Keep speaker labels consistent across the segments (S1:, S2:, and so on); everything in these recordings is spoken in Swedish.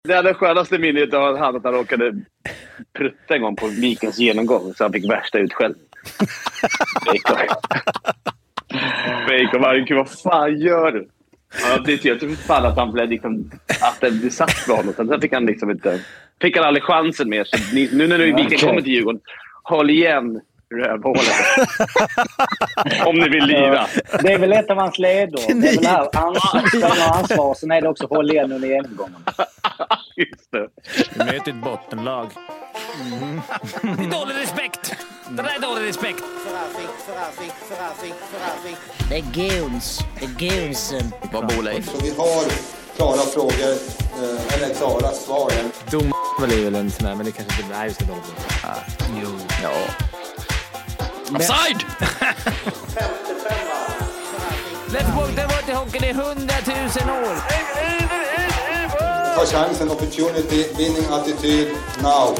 S1: Det är det skönaste minnet av att han råkade prutta en gång på Mikens genomgång så han fick värsta utskäll. Fake och Mark, vad fan gör du? Ja, det är ju fan att han blev liksom, att det satt för honom. Sen fick han liksom inte, fick han aldrig chansen mer. Så nu när Miken kommer till Djurgården, håll igen rövhålet. Om ni vill lira.
S2: Det är väl ett av hans ledord. Det är väl här ansvar. Sen är det också håll igen under genomgången.
S1: Just det.
S3: Du möter ett bottenlag.
S4: Det är dålig respekt. Det där är dålig respekt.
S5: Det är gunsen.
S3: Vad bor Leif?
S6: Så vi har klara frågor, eller klara svar.
S3: Dom är väl en sån här, men det kanske inte är just dåligt. Jo. Ja.
S4: Offside! Lättpunkt har varit i hockeyn i 100 000 år.
S6: Ta chansen, opportunity, winning attityd, now.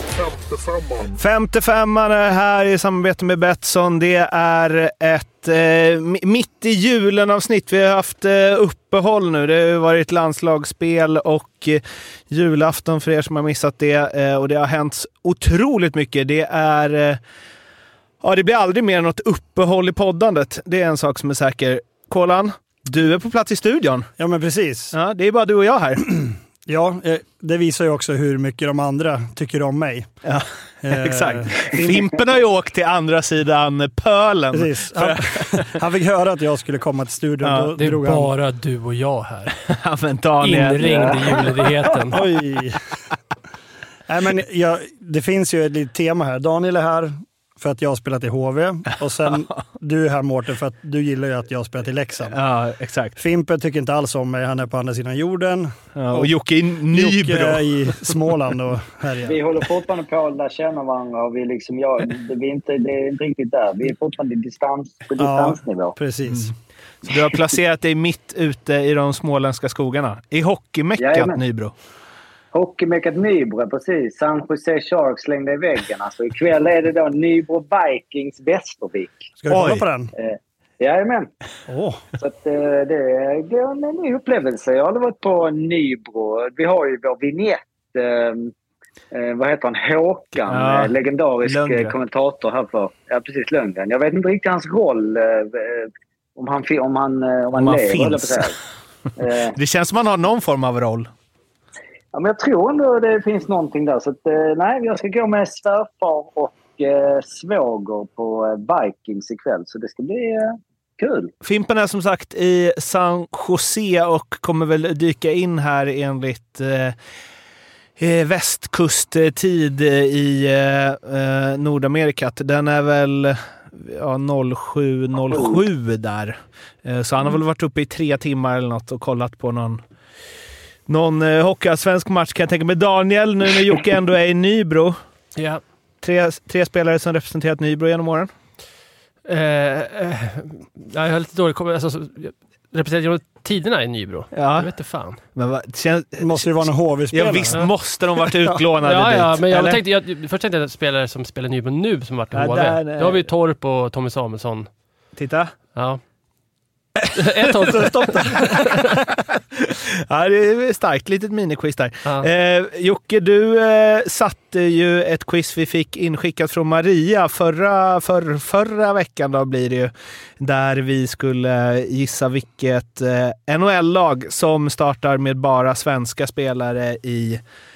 S7: 55 är här i samarbete med Betsson. Det är ett mitt i julen avsnitt. Vi har haft uppehåll nu. Det har varit landslagsspel och julafton för er som har missat det. Och det har hänt otroligt mycket. Det är... Ja, det blir aldrig mer något uppehåll i poddandet. Det är en sak som är säker. Kolan, du är på plats i studion.
S8: Ja, men precis.
S7: Ja, det är bara du och jag här.
S8: Ja, det visar ju också hur mycket de andra tycker om mig.
S7: Ja, exakt. Fimpen har ju åkt till andra sidan pölen.
S8: Precis. Han fick höra att jag skulle komma till studion.
S7: Ja,
S9: det är bara du och jag här.
S7: Ja, men Daniel.
S9: Inringd i julledigheten.
S8: Oj. Nej, men det finns ju ett litet tema här. Daniel är här för att jag har spelat i HV. Och sen du är här, Mårten, för att du gillar ju att jag har spelat i Leksand.
S7: Ja, exakt.
S8: Fimpen tycker inte alls om mig. Han är på andra sidan jorden.
S7: Ja, och Jocke i Nybro.
S8: Jocke i Småland och här igen.
S2: Vi håller fortfarande på att lära känna varandra. Och vi liksom, det är inte riktigt där. Vi är fortfarande på distansnivå.
S8: Ja, precis.
S7: Så du har placerat dig mitt ute i de småländska skogarna. I hockeymeckat Nybro.
S2: Hockeymeckat Nybro, precis. San Jose Sharks slängde i väggen. Alltså, ikväll är det då Nybro Vikings Västervik.
S8: Ska du kolla på den?
S2: Jajamän. Så att, det blir en ny upplevelse. Jag har aldrig varit på Nybro. Vi har ju vår vignett. Vad heter han? Håkan. Legendarisk Lundgren. Kommentator här för. Ja, precis, Lundgren. Jag vet inte riktigt hans roll. Om han lever,
S7: finns. Det känns som man har någon form av roll.
S2: Ja, men jag tror ändå det finns någonting där. Så att, jag ska gå med svärfar och svåger på Vikings ikväll. Så det ska bli kul.
S7: Fimpen är som sagt i San Jose och kommer väl dyka in här enligt västkusttid i Nordamerika. Den är väl 07:07 där. Så han har väl varit uppe i 3 timmar eller något och kollat på någon hockey-svensk match, kan jag tänka mig. Daniel, nu när Jocke ändå är i Nybro.
S9: Ja.
S7: Tre spelare som representerat Nybro genom åren.
S9: Jag har lite dåligt kommit. Alltså, representerat genom tiderna i Nybro. Ja. Jag vet inte fan.
S7: Men
S8: måste ju vara en HV-spelare.
S7: Ja, visst måste de varit utlånade
S9: ja,
S7: dit.
S9: Men först tänkte jag att spelare som spelar Nybro nu som varit i HV. Då har vi Torp och Tommy Samuelsson.
S7: Titta.
S9: Ja. Ett tag, stopp där.
S7: Ja, det är starkt. Litet miniquiz där. Ja. Jocke, du satte ju ett quiz vi fick inskickat från Maria förra veckan då blir det ju, där vi skulle gissa vilket NHL-lag som startar med bara svenska spelare i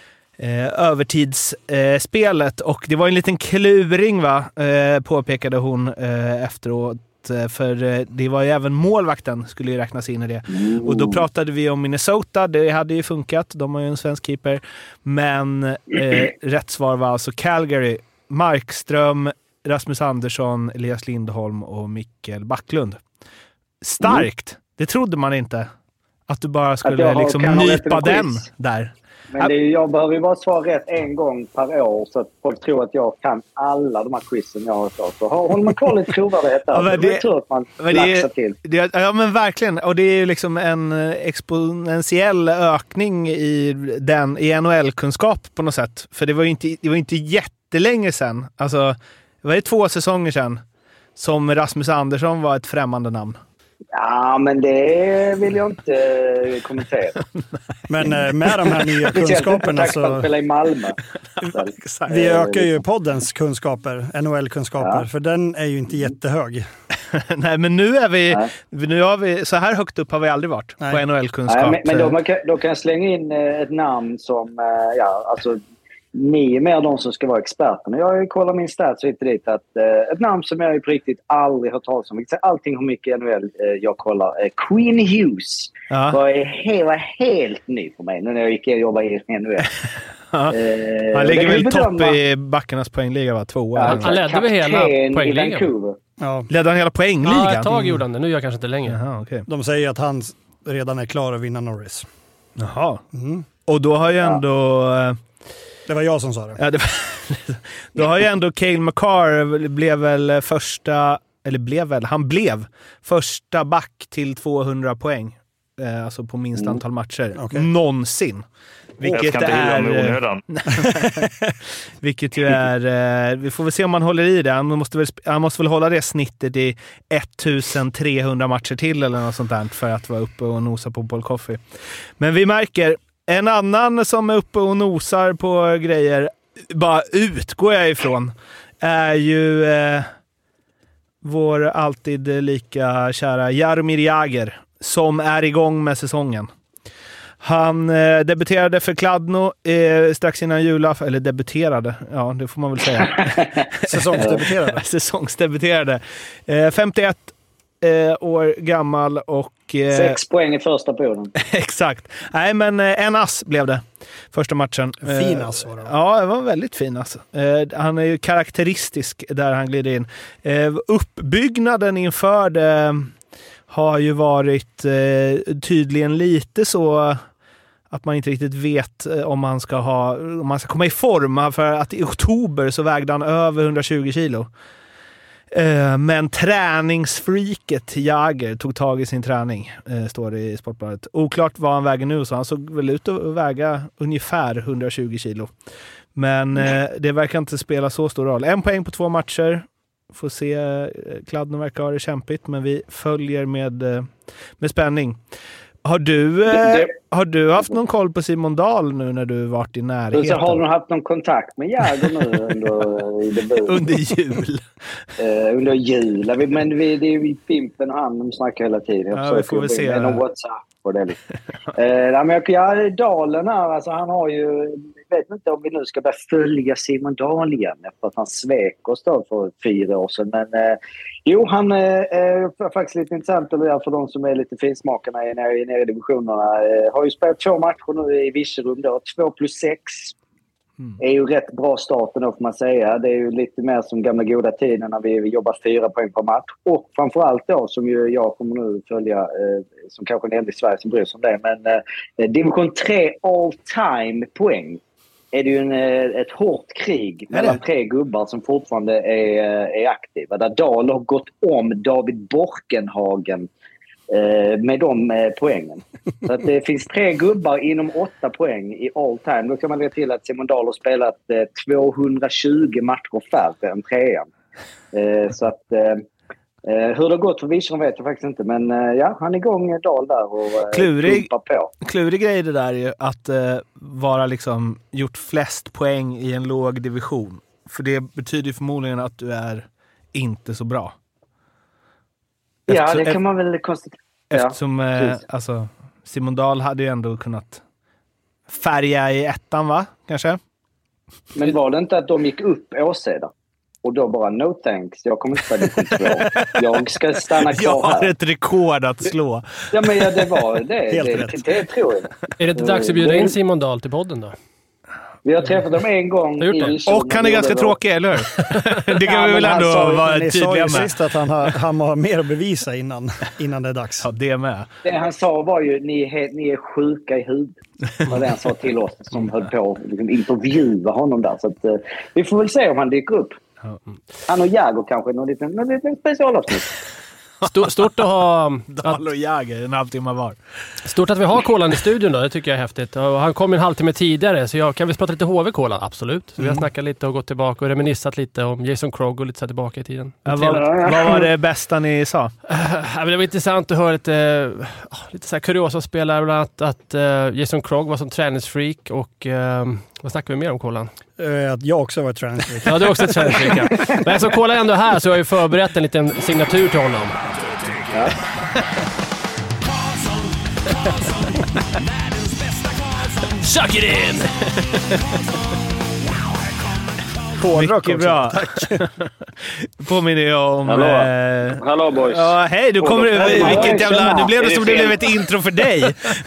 S7: övertidsspelet. Och det var en liten kluring påpekade hon efteråt. För det var ju även målvakten skulle ju räknas in i det. Och då pratade vi om Minnesota. Det hade ju funkat. De har ju en svensk keeper. Men rätt svar var alltså Calgary. Markström, Rasmus Andersson, Elias Lindholm och Mikkel Backlund. Starkt! Det trodde man inte. Att du bara skulle liksom nypa den där.
S2: Men jag behöver ju bara svara rätt en gång per år så att folk tror att jag kan alla de här quizen jag har hört. Så håller man kvar lite trovärdighet där. Det tror att man laxar till.
S7: Ja, men verkligen. Och det är ju liksom en exponentiell ökning i NHL-kunskap på något sätt. För det var ju inte jättelänge sedan. Alltså, det var ju 2 säsonger sedan som Rasmus Andersson var ett främmande namn.
S2: Ja, men det vill jag inte kommentera.
S8: Men med de här nya kunskaperna så...
S2: spela i Malmö.
S8: Vi ökar ju poddens kunskaper, NHL-kunskaper, för den är ju inte jättehög.
S7: Nej, men nu har vi så här högt upp har vi aldrig varit på NHL-kunskap.
S2: Nej, men då kan jag slänga in ett namn som, alltså ni är mer de som ska vara experterna. Jag kollar min stats och inte dit att ett namn som jag på riktigt aldrig har talat om. Allting hur mycket NHL jag kollar. Quinn Hughes var helt ny för mig när jag gick och jobbade i NHL.
S7: Han ligger väl topp i backarnas poängliga, va? 2.
S9: Han ledde väl hela poängligan.
S7: Ja. Ledde han hela poängligan?
S9: Ja, ett tag gjorde han det. Nu gör jag kanske inte längre.
S7: Jaha, okay.
S8: De säger att han redan är klar att vinna Norris.
S7: Jaha. Mm. Och då har ju ändå...
S8: Det var jag som sa det.
S7: Ja, då har ju ändå Cale Makar blev första back till 200 poäng. Alltså på minst antal matcher. Okay. Någonsin. Vilket är... vilket ju är... Vi får väl se om man håller i det. Han måste väl hålla det snittet i 1300 matcher till eller något sånt där för att vara uppe och nosa på Paul Coffey. Men vi märker... En annan som är uppe och nosar på grejer, bara utgår jag ifrån, är ju vår alltid lika kära Jaromir Jagr som är igång med säsongen. Han debuterade för Kladno strax innan julafton, eller debuterade, ja det får man väl säga. Säsongsdebuterade. 51 år gammal och...
S2: 6 poäng i första perioden.
S7: Exakt. Nej, men en ass blev det. Första matchen.
S8: Fin ass var det.
S7: Ja, det var en väldigt fin ass. Han är ju karaktäristisk där han glider in. Uppbyggnaden inför det har ju varit tydligen lite så att man inte riktigt vet om man ska komma i form. För att i oktober så vägde han över 120 kilo. Men träningsfreaket Jagr tog tag i sin träning, står det i Sportbladet. Oklart vad han väger nu, så han såg väl ut att väga ungefär 120 kilo. Men det verkar inte spela så stor roll. 1 poäng på 2 matcher. Får se, Kladno verkar ha det kämpigt, men vi följer med spänning. Har du haft någon koll på Simon Dahl nu när du varit i närheten?
S2: Så har du haft någon kontakt med Jagr nu
S7: under jul?
S2: Under jul. Men det är ju Pimpen och han, de snackar hela tiden.
S7: Ja, vi får väl se.
S2: Någon WhatsApp och det Dalen här, alltså han har ju... Jag vet inte om vi nu ska börja följa Simon Dahl igen efter att han svek oss då för 4 år sedan. Men han är faktiskt lite intressant för de som är lite finsmakarna nere i divisionerna. Har ju spelat 2 matcher nu i Virserum då. 2+6. Är ju rätt bra starten då får man säga. Det är ju lite mer som gamla goda tiden när vi jobbar 4 poäng per match. Och framförallt då som ju jag kommer nu följa som kanske en enda i Sverige som bryr sig om det. Men division 3 all time poäng. Är det ju ett hårt krig mellan 3 gubbar som fortfarande är aktiva. Där Dahl har gått om David Borkenhagen med de poängen. Så att det finns 3 gubbar inom 8 poäng i all time. Då kan man lägga till att Simon Dahl har spelat 220 matcher färre än 3:an. Så att... hur det har gått för Virserum vet jag faktiskt inte. Men han är igång Dahl där och pumpar på.
S7: Klurig grej det där är ju att vara liksom gjort flest poäng i en låg division. För det betyder förmodligen att du är inte så bra.
S2: Ja, det kan man väl konstatera.
S7: Eftersom alltså, Simon Dahl hade ju ändå kunnat färga i 1:an, va? Kanske?
S2: Men var det inte att de gick upp Åseda? Och då bara, no thanks, jag kommer inte spela kontroll. Jag ska stanna kvar här.
S7: Jag har ett rekord att slå.
S2: Ja, men det var det. Det tror jag.
S9: Är det inte dags att bjuda in Simon Dahl till podden då?
S2: Vi har träffat dem en gång.
S7: Och han är ganska tråkig, eller hur? Det kan vi väl ändå vara tydliga med. Ni sa
S8: ju sist att han har mer att bevisa innan det är dags.
S7: Ja, det med.
S2: Det han sa var ju, ni är sjuka i huvudet. Det var det han sa till oss som höll på att liksom intervjua honom där. Så att, vi får väl se om han dyker upp. Han och Jagr kanske någon liten specialavsnitt.
S9: Stort att ha...
S7: Dahl och Jäger, en halvtimme var.
S9: Stort att vi har Kolan i studion då, det tycker jag är häftigt. Och han kom en halvtimme tidigare, så kan vi prata lite HV-Kolan? Absolut. Så vi har snackat lite och gått tillbaka och reminissat lite om Jason Krog och lite så tillbaka i tiden.
S7: Vad var det bästa ni sa?
S9: Det var intressant att höra lite så här kuriosa spelare, bland annat att Jason Krog var som träningsfreak och vad snackar vi mer om Kolan?
S8: Att jag också var träningsfreak.
S9: Ja, du är också ett träningsfreak. Ja. Men så Kolan ändå här, så har jag ju förberett en liten signatur till honom. Ja. Suck it in!
S7: Mycket bra. Tack. Påminner jag om...
S1: Hallå boys.
S7: Ja, hej, du kommer... Vilket jävla... Nu blev det som det blev ett intro för dig.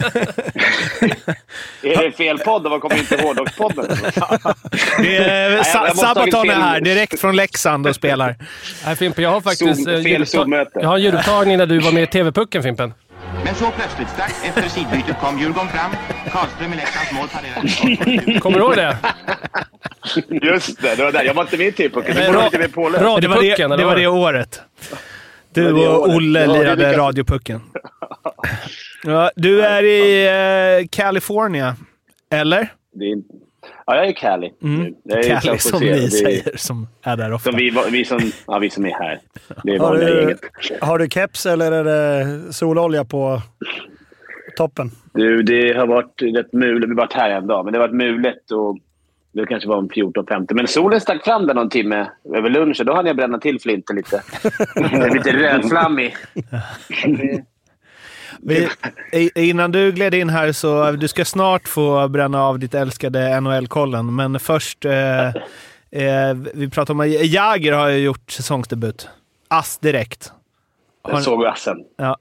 S1: Är det fel podd? Vad kommer inte Hårdrockspodden?
S7: Det är Sabaton är här, direkt från Leksand och spelar.
S9: Nej, Fimpen, jag har faktiskt... Jag har en ljudupptagning när du var med i TV-pucken, Fimpen.
S10: Men så plötsligt, strax efter sidbytet kom Djurgården fram. Karlström i Leksands mål parerade.
S9: Kommer du ihåg det?
S1: Just det var där. Jag var inte med i TV-pucken.
S7: Det var det året. Du och Olle lirade radiopucken. Ja, du är i California, eller?
S1: Ja, jag är i Cali.
S7: Cali som ni säger, som är där ofta.
S1: Vi som är här. Det är vanliga gänget.
S8: Har du keps eller är det sololja på toppen?
S1: Du, det har varit rätt mulet. Vi har varit här en dag, men det har varit mulet och det kanske var om 14:50. Men solen stack fram där någon timme över lunchen. Då hann jag bränna till flinten lite. Det är lite rödflammig.
S7: Innan du gled in här så du ska snart få bränna av ditt älskade NHL-kollen. Men först vi pratar om Jäger har ju gjort säsongsdebut. Ass direkt.
S1: Jag såg assen.
S7: Ja.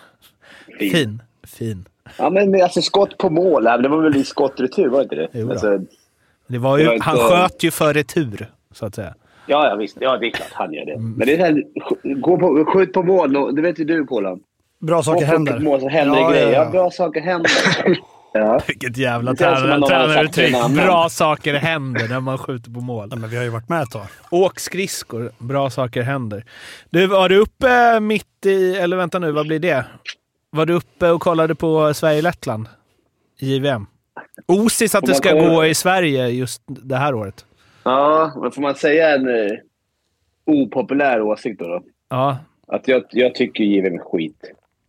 S7: Fin.
S1: Ja, men alltså skott på mål. Det var väl i skottretur, var inte det?
S7: Jo,
S1: alltså,
S7: det var ju, han sköt ju för retur, så att säga.
S1: Ja, visst. Ja, det är klart han gör det. Men det är här, skjut på mål. Det vet ju du, Polan.
S8: Bra saker händer.
S1: Mål så händer grejer. Ja, bra saker händer. Ja.
S7: Vilket jävla tränaruttryck. Bra saker händer när man skjuter på mål.
S8: Ja, men vi har ju varit med ett tag.
S7: Åk skridskor. Bra saker händer. Du, var du uppe mitt i... Eller vänta nu, vad blir det? Var du uppe och kollade på Sverige-Lettland i JVM? Osis att det ska gå i Sverige just det här året.
S1: Ja, men får man säga en opopulär åsikt då?
S7: Ja.
S1: Att jag tycker JVM är skit.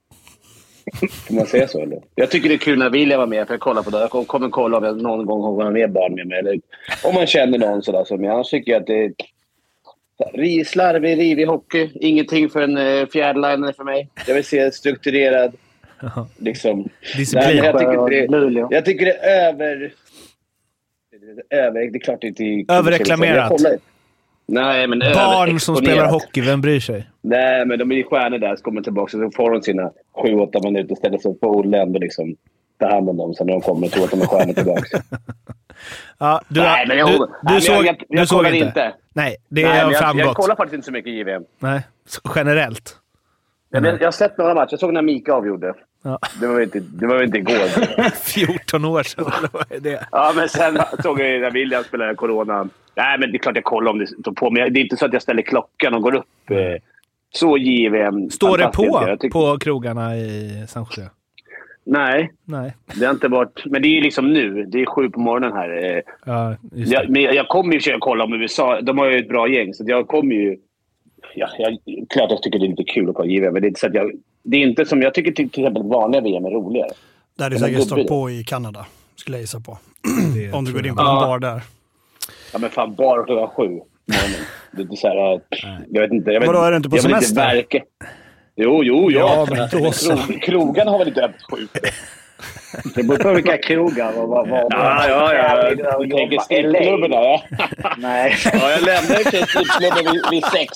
S1: Får man säga så eller? Jag tycker det är kul när William var med, för jag kollar på det. Jag kommer kolla om jag någon gång har med barn med mig. Eller om man känner någon sådär som jag. Annars tycker jag att det är slarvig, rivig hockey. Ingenting för en fjärdliner för mig. Jag vill se strukturerad liksom.
S7: Disciplin.
S1: Jag tycker det är över... Det är klart det är
S7: överreklamerat.
S1: Nej, men
S7: barn som spelar hockey, vem bryr sig?
S1: Nej, men de är ju stjärnor där, så kommer tillbaka och så får de sina 7-8 minuter och ställer sig på Olle och liksom ta hand om dem sen när de kommer och tror att de är stjärnor tillbaka.
S7: Ja, du såg inte. Nej, det är framgått.
S1: Jag kollar faktiskt inte så mycket i JVM.
S7: Nej, generellt.
S1: Jag har sett några matcher. Jag såg när Mika avgjorde.
S7: Ja.
S1: Det var inte igår.
S7: 14 år sedan, eller vad är det?
S1: Ja, men sen såg jag när William spelade Corona. Nej, men det är klart jag kollar om det står på. Men det är inte så att jag ställer klockan och går upp. Så JVM.
S7: Står det på krogarna i San Jose?
S1: Nej. Det har inte varit... Men det är ju liksom nu. Det är 7 på morgonen här.
S7: Ja, just det.
S1: Men jag kommer ju försöka kolla om USA. De har ju ett bra gäng. Så jag kommer ju... Ja, klart jag tycker det är lite kul att kolla JVM. Men det är inte så att det är inte som... Jag tycker till exempel vanliga VM är roligare.
S8: Där är säkert stått på i Kanada. Skulle jag gissa på. Om du går in på en bar där.
S1: Ja, men fan, bar klockan 7. Det är inte så här... Jag vet inte.
S8: Vadå, är du inte på semester?
S1: Jo.
S8: Ja, men då så.
S1: Krogen har väl inte öppet 7.
S2: Det beror på vilka krogar och vad...
S1: Ja. Jag tänker strippklubben då, Nej. Ja, jag lämnar inte strippklubben vid 6.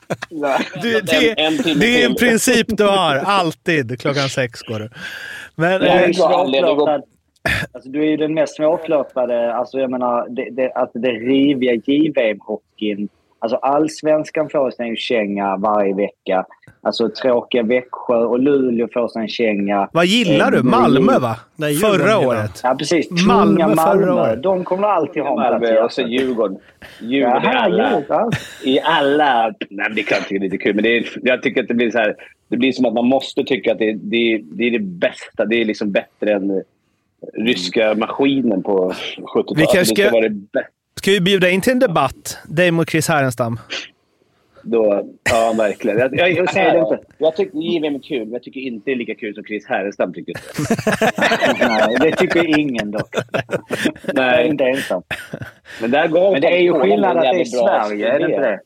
S7: Det är en princip du har. Alltid klockan 6 går du. Men...
S2: Alltså, du är ju den mest svårklöpade. Alltså, jag menar, det riviga JVM-hockeyn. Alltså allsvenskan får sig en känga varje vecka. Alltså tråkiga Växjö och Luleå får sig en känga.
S7: Vad gillar du? Malmö, va? Förra året.
S2: Ja, precis. Malmö. De kommer alltid ha
S1: Malmö och så Djurgården. I alla... Nej, men det är klart det är lite kul. Men jag tycker att det blir så här... Det blir som att man måste tycka att det är det bästa. Det är liksom bättre än ryska maskinen på 70-talet.
S7: Vi kanske ska vi bjuda in till en debatt? Dig mot Chris Härenstam.
S1: Då, ja, verkligen. Jag säger det inte. Jag tycker JVM är kul, men jag tycker inte det är lika kul som Chris Härenstam tycker.
S2: Nej, det tycker ingen dock.
S1: Nej,
S2: inte ensam.
S1: Men det är ju skillnad att det är Sverige, är det inte det?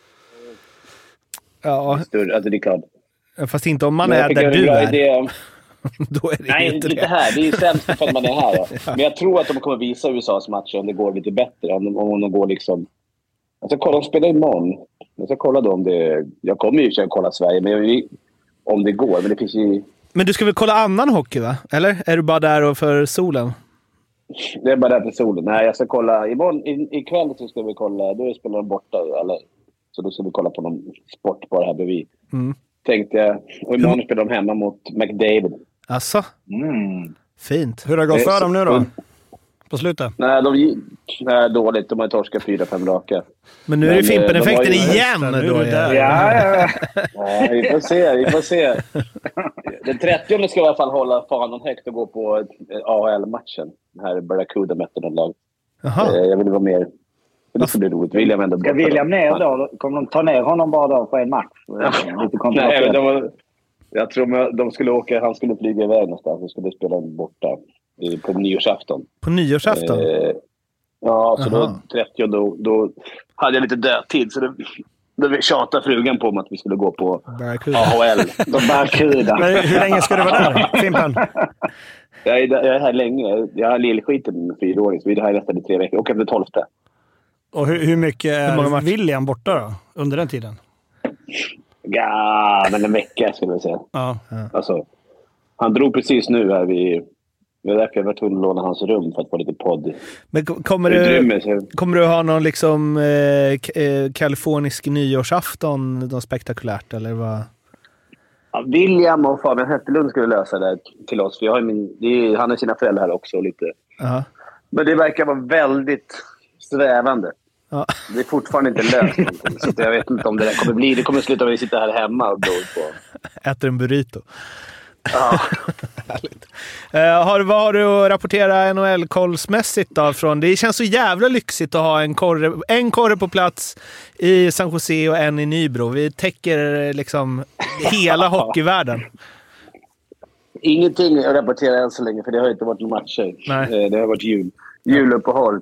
S7: Ja.
S1: Alltså det är klart.
S7: Fast inte om man är där du är. Då är det
S1: nej, inte här. Det är ju sämst för att man är här. Ja. Men jag tror att de kommer visa USAs matcher om det går lite bättre. Om de går liksom... Jag ska kolla, de spelar imorgon. Jag ska kolla då om det... Jag kommer ju att kolla Sverige, men om det går. Men det finns ju... Men
S7: du ska väl kolla annan hockey, va? Eller är du bara där och för solen?
S1: Det är bara där för solen. Nej, jag ska kolla... Imorgon, ikväll så ska vi kolla... Då spelar de borta, eller... Så då ska vi kolla på någon sport bara här bredvid. Tänkte jag. Och imorgon spelar de hemma mot McDavid.
S7: Asså? Fint.
S8: Hur har det gått för dem nu då? På slutet?
S1: Nej, de gick dåligt. De har torskat 4-5 raka.
S7: Men nu är det Fimpen-effekten igen. Då,
S1: ja, vi får se. Den 30 ska i alla fall hålla fanan högt och gå på AHL-matchen. Den här Barracuda mötte någon lag. Jag vill vara mer... Det ska bli roligt. William ändå
S2: ska William ner då? Kommer de ta ner honom bara då på en match?
S1: Nej, men jag tror de skulle åka... Han skulle flyga iväg någonstans. De skulle spela borta på nyårsafton.
S7: På nyårsafton?
S1: Ja, så då 30 då hade jag lite dödtid. Så då tjatade frugan på mig att vi skulle gå på AHL.
S2: Barracuda.
S8: Hur länge ska du vara där, Fimpen?
S1: Jag är här länge. Jag har lillskiten med 4-åring. Så vi är här nästan i 3 veckor. Och efter 12.
S8: Och hur mycket är William borta då? Under den tiden?
S1: Ja, men en vecka skulle jag säga.
S8: Ja.
S1: Alltså, han drog precis nu här det är därför jag var tvungen att låna hans rum för att få lite podd.
S7: Men kommer du ha någon liksom kalifornisk nyårsafton, något spektakulärt eller vad?
S1: Ja, William och Fabian Hettelund skulle lösa det till oss. Han har sina föräldrar här också lite. Men det verkar vara väldigt svävande. Ja. Det är fortfarande inte löst. Så jag vet inte om det där kommer bli. Det kommer sluta med att vi sitter här hemma och
S7: äter en burrito.
S1: Ja.
S7: Härligt. Vad har du att rapportera NHL-kollsmässigt då? Det känns så jävla lyxigt att ha en korre på plats i San Jose och en i Nybro. Vi täcker liksom hela hockeyvärlden.
S1: Ingenting att rapportera än så länge, för det har inte varit några matcher. Det har varit juluppehåll.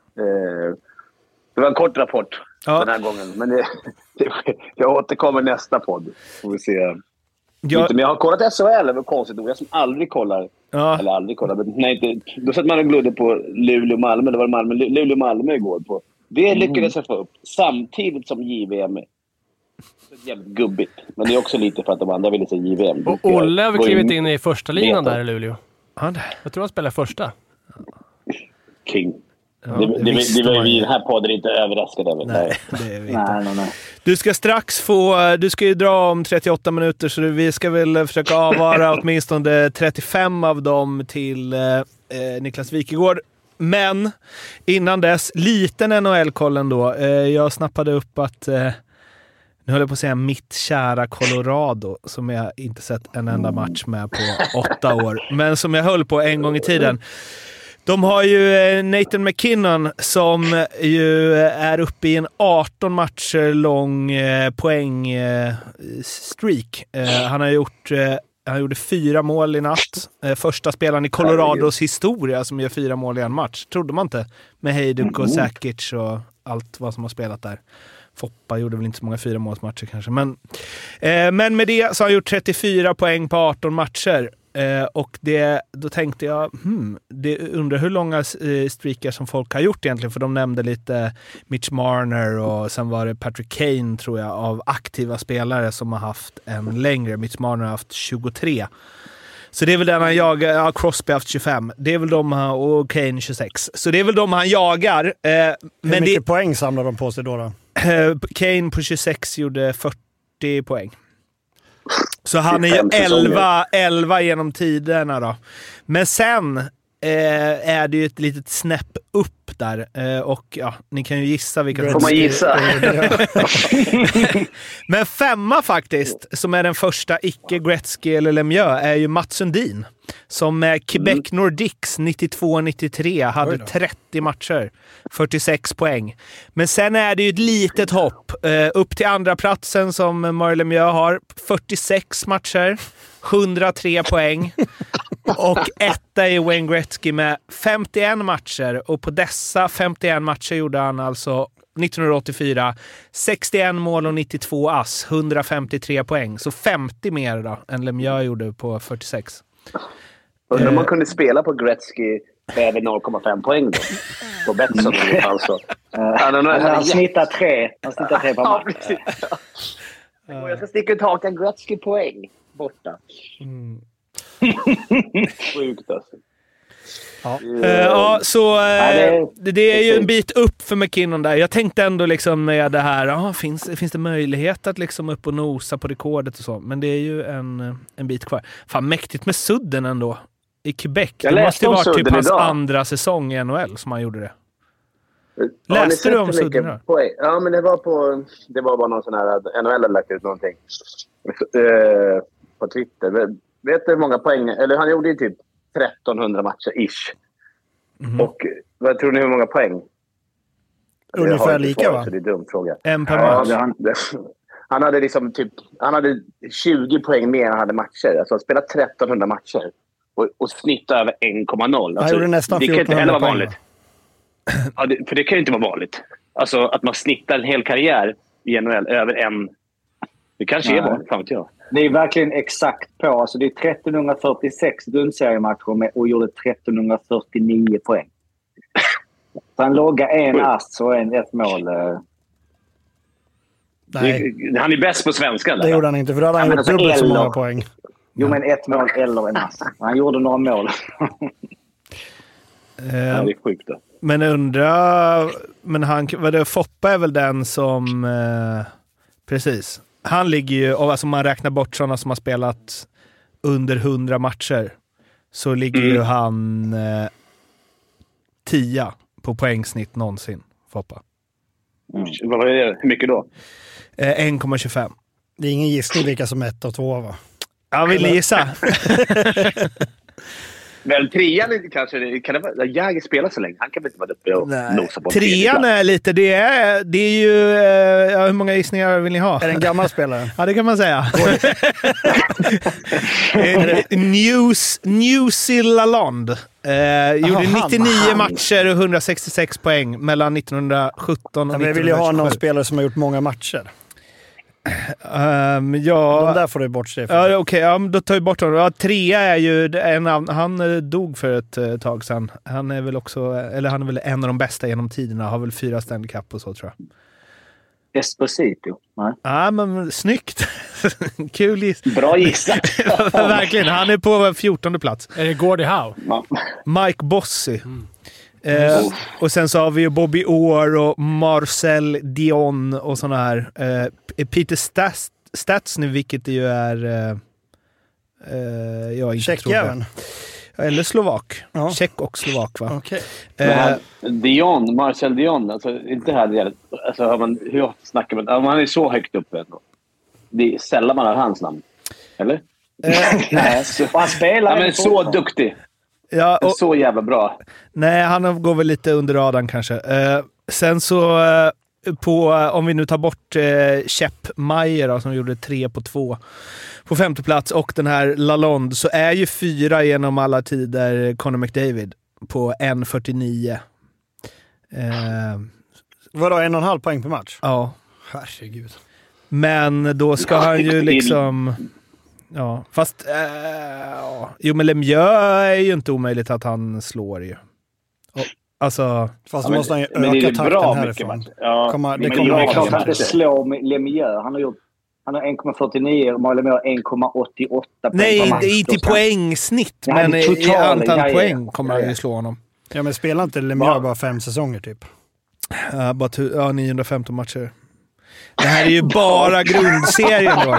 S1: Det var en kort rapport den här gången. Men jag återkommer nästa podd. Får vi se. Men jag har kollat SHL, det var konstigt. Jag som aldrig kollar. Eller aldrig kollar. Men då satt man och glodde på Luleå-Malmö. Det var Luleå-Malmö igår på. Det lyckades jag få upp. Samtidigt som JVM. Jävligt gubbigt. Men det är också lite för att de andra ville se JVM.
S9: Och Olle har klivit in i första linan där i Luleå. Jag tror han spelar första.
S1: King. Det var vi i den här podden inte överraskade över.
S7: Nej, det är vi inte. Nej. Du ska strax du ska ju dra om 38 minuter, så vi ska väl försöka avvara åtminstone 35 av dem till Niklas Wikegård. Men innan dess, liten NHL-kollen då. Jag snappade upp att nu höll jag på att säga mitt kära Colorado, som jag inte sett en enda match med på 8 år. Men som jag höll på en gång i tiden. De har ju Nathan McKinnon som ju är uppe i en 18 matcher lång poängstreak. Han gjorde 4 mål i natt. Första spelaren i Colorados historia som gör 4 mål i en match. Trodde man inte. Med Hejduk och Sakic och allt vad som har spelat där. Foppa gjorde väl inte så många 4-målsmatcher kanske. Men med det så har han gjort 34 poäng på 18 matcher. Och då tänkte jag, undrar hur långa streakar som folk har gjort egentligen, för de nämnde lite Mitch Marner och sen var det Patrick Kane, tror jag, av aktiva spelare som har haft en längre. Mitch Marner har haft 23. Så det är väl den han jagar. Crosby har haft 25. Det är väl de och Kane 26. Så det är väl de han jagar.
S8: Hur mycket poäng samlar de på sig då?
S7: Kane på 26 gjorde 40 poäng. Så han är ju 11 genom tiderna då. Men sen är det ju ett litet snäpp upp där. Och ja, ni kan ju gissa vilka...
S1: Får man gissa?
S7: Men 5 faktiskt, som är den första icke-Gretzky eller Lemieux, är ju Mats Sundin. Som med Quebec Nordiques 92-93 hade 30 matcher. 46 poäng. Men sen är det ju ett litet hopp. Upp till andra platsen som Mario Lemieux har. 46 matcher. 103 poäng. Och etta är Wayne Gretzky med 51 matcher. Och på dessa 51 matcher gjorde han alltså 1984 61 mål och 92 ass. 153 poäng. Så 50 mer då än Lemieux gjorde på 46.
S1: Undrar om man kunde spela på Gretzky över 0,5 poäng då. På Betsson alltså.
S2: Han snittar 3. Han snittar 3 på match.
S1: Jag ska sticka ut hakan Gretzky poäng borta. Sjukt alltså.
S7: Ja, så det är ju en bit upp för McKinnon där. Jag tänkte ändå liksom med det här, finns det möjlighet att liksom upp och nosa på rekordet och så. Men det är ju en bit kvar. Fan, mäktigt med Sudden ändå. I Quebec. Det måste ju vara typ hans andra säsong i NHL som han gjorde det. Läste du om Sudden då?
S1: Ja, men det var bara någon sån här NHL hade lagt ut någonting på Twitter. Vet du hur många poäng, eller han gjorde ju typ 1300 matcher ish. Och vad tror ni hur många poäng?
S8: Ungefär lika, va?
S1: Så det är en dum fråga.
S7: En per match.
S1: Han hade liksom typ, han hade 20 poäng mer än han hade matcher. Alltså han spelade 1300 matcher och snittade över 1,0.
S8: Han gjorde nästan 1400
S1: det kan inte heller vara
S8: poäng,
S1: vanligt. Ja, för det kan ju inte vara vanligt. Alltså att man snittar en hel karriär i NHL över en. Det kanske är vanligt, fan vet jag.
S2: Det är verkligen exakt på. Alltså det är 1346 grundseriematcher och gjorde 1349 poäng. Så han loggade en ass och ett mål.
S8: Nej.
S1: Han är bäst på svenska.
S8: Det gjorde han inte, för då hade han gjort dubbelt så många poäng.
S2: Jo, men ett mål eller en ass. Han gjorde några mål.
S1: Det är sjukt då.
S7: Men Foppa är väl den som... precis. Han ligger ju, alltså man räknar bort sådana som har spelat under 100 matcher, så ligger ju han 10 på poängsnitt någonsin, Foppa.
S1: Vad är det? Hur mycket då?
S7: 1,25.
S8: Det är ingen gissning vilka som 1 och 2, va?
S7: Jag vill gissa.
S1: Väl trean kanske, kan det vara, Jäger spelar så länge, han kan väl inte vara uppe och nosa på.
S7: Trean är lite, det är ju, hur många gissningar vill ni ha?
S8: Är det en gammal spelare?
S7: Ja, det kan man säga. New Zealand gjorde 99 matcher och 166 poäng mellan 1917 och 1927.
S8: Jag vill ju ha någon spelare som har gjort många matcher.
S7: Ja,
S8: de där får du bort sig.
S7: Ja, okej, då tar vi bort honom. Ja, trea är ju han dog för ett tag sedan. Han är väl också, eller han är väl en av de bästa genom tiderna. Har väl 4 Stanley Cup och så, tror jag.
S2: Esposito.
S7: Ja, men snyggt. Kul
S2: Bra gissat.
S7: Verkligen, han är på 14:e plats.
S9: Är det Gordie Howe?
S7: Mike Bossy. Och sen så har vi ju Bobby Orr och Marcel Dion och såna här. Peter Stats nu, vilket det ju är jag inte tror på. Eller slovak. Ja. Tjeck och slovak, va?
S8: Okay.
S1: Marcel Dion, alltså inte här, alltså hur snackar man? Han är så högt uppe ändå. Det är sällan man har hans namn. Eller?
S2: Nej, han spelar.
S1: Men så duktig.
S7: Ja, och,
S1: så jävla bra.
S7: Nej, han går väl lite under radarn kanske. Sen så om vi nu tar bort Chep Meyer då, som gjorde 3 på 2 på 5:e plats, och den här Lalonde, så är ju 4 genom alla tider Connor McDavid på 1,49.
S8: Vadå, 1,5 poäng per match?
S7: Ja.
S8: Herregud.
S7: Men då ska han ju liksom... Ja, fast... Jo, men Lemieux är ju inte omöjligt att han slår ju. Alltså...
S8: Fast måste han ju öka takten härifrån.
S1: Ja,
S2: det kommer klart att inte slå Lemieux. Han har 1,49 och Lemieux 1,88.
S7: Nej, det är inte poängsnitt, men i antal poäng kommer han ju slå honom.
S8: Ja, men spelar inte Lemieux bara 5 säsonger typ?
S7: Bara 915 matcher. Det här är ju bara grundserien då.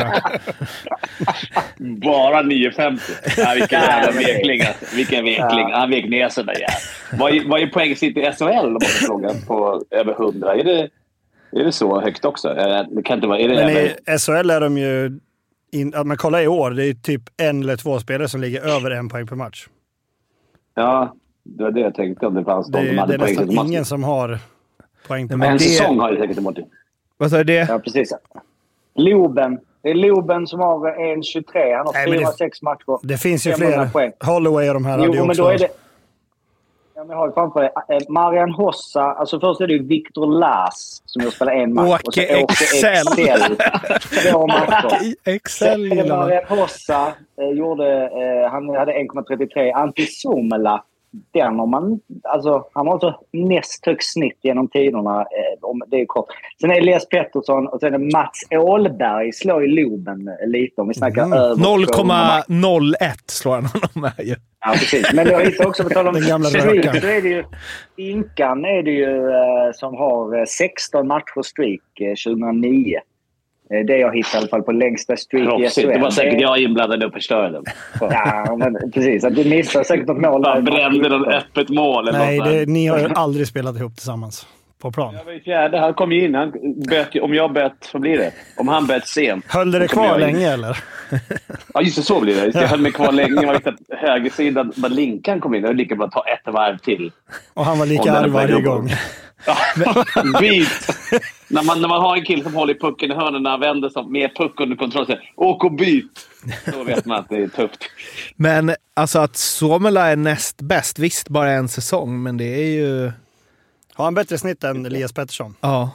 S1: Bara 9,50. Ja, vilken jävla vekling. Vilken vekling. Han vek ner sig där jävla. Vad är poängsitt i SHL om man får fråga på över 100? Är det så högt också? Det kan inte vara. Är det
S8: men i SHL är de ju... Att man kollar i år, det är typ 1 eller 2 spelare som ligger över 1 poäng per match.
S1: Ja, det var det jag tänkte om det fanns.
S8: Det är nästan ingen som har poäng per match.
S1: Men en säsong har ju säkert emot det.
S7: Vad sa du det?
S2: Ja, precis. Loben. Det är Loben som har 1,23. Han har 4-6 matcher.
S8: Det finns ju fler. Holloway och de här.
S2: Jo, men då är det... Ja, men jag har ju framför det. Marian Hossa. Alltså först är det ju Victor Lass som jag spelar en match.
S7: Åke Excel.
S2: 2 matcher.
S7: Excel.
S2: Marian Hossa han hade 1,33. Antti Suomela. Den om man... Alltså, han har så näst högst snitt genom tiderna. Det är kort. Sen är det Elias Pettersson och sen är det Mats Ålberg slår i Loben lite. Om vi snackar över
S7: 0,01 slår han honom med ju.
S2: Ja, precis. Men jag hittar också på tal om streak, så är det ju Inkan är det ju som har 16 matcher streak 2009. Det jag hittar i alla fall på längsta streak i SHL.
S1: Det var säkert jag inblandad och förstörde.
S2: Ja, men precis. Att du missar säkert något mål.
S1: Man brände något öppet mål. Eller
S8: nej, ni har ju aldrig spelat ihop tillsammans på plan.
S1: Jag var i fjärde. Han kom in. Om jag bett, vad blir det? Om han bett sent.
S8: Höll det kvar länge eller?
S1: Ja, just det, så blir det. Jag höll mig kvar länge. Jag visste att högersidan, när Linkan kom in, jag lika bara ta ett varv till.
S8: Och han var lika arg varje gång.
S1: Ja, byt. När man har en kille som håller i pucken i hörnerna, vänder sig med puck under kontroll, så åk och byt. Då vet man att det är tufft.
S7: Men alltså att Suomela är näst bäst, visst bara en säsong, men det är ju...
S8: Har han bättre snitt än Elias Pettersson?
S7: Ja.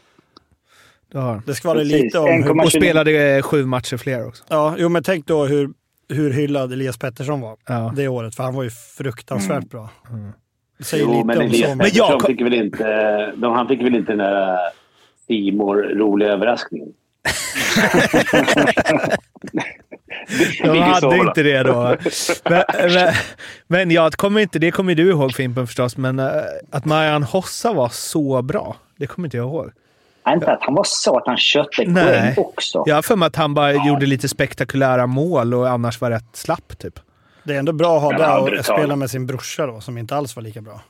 S8: Det ska vara lite om...
S7: Och spelade 7 matcher fler också.
S8: Ja, jo, men tänk då hur hyllad Elias Pettersson var det året, för han var ju fruktansvärt bra.
S1: Jo, men Elias Pettersson fick väl inte... Han fick väl inte den där Simor roliga överraskningen.
S7: De hade inte det då. Men det kommer du ihåg, Fimpen, förstås. Men att Marian Hossa var så bra, det kommer inte jag ihåg.
S2: Inte att han var så att han köpte poäng också.
S7: Jag har för mig att han bara gjorde lite spektakulära mål och annars var rätt slapp typ.
S8: Det är ändå bra att ha det och spela med sin brorsa då, som inte alls var lika bra.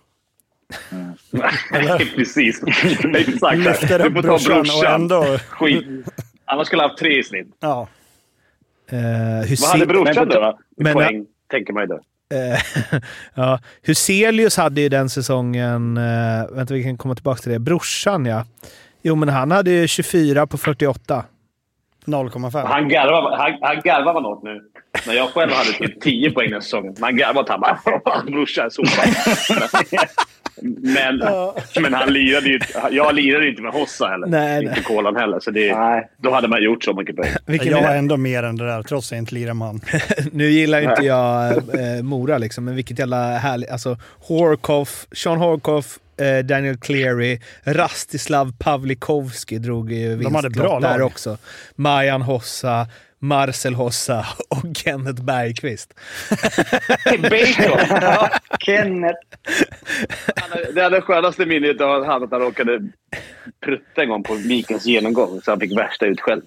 S1: Precis. Exakt.
S8: Lyfter upp brorsan och ändå...
S1: Skit. Annars skulle ha haft 3 i snitt.
S8: Ja.
S1: Vad hade brorsan då? Poäng, tänker man ju då.
S7: Ja, Huselius hade ju den säsongen... vänta, vi kan komma tillbaka till det. Brorsan, ja. Jo, men han hade ju 24 på 48.
S8: 0,5.
S1: Han garvar var något nu. När jag själv hade typ 10 poäng den säsongen. Man garvar att han bara... brorsan är så bra. Men han lirade ju... Jag lirade ju inte med Hossa heller.
S7: Nej.
S1: Inte Kolan heller. Så då hade man gjort så mycket poäng.
S8: Jag var ändå mer än det där, trots att jag inte lirar man.
S7: Nu gillar inte jag Mora liksom. Men vilket jävla härligt... Alltså, Sean Horkoff, Daniel Cleary, Rastislav Pavlikovski drog ju vinstlott där också. Marian Hossa, Marcel Hossa och Kenneth Bergqvist.
S2: Bacon! Ja, Kenneth.
S1: Det hade skönaste minnet av han att han råkade prutta en gång på Mikens genomgång så han fick värsta utskäll.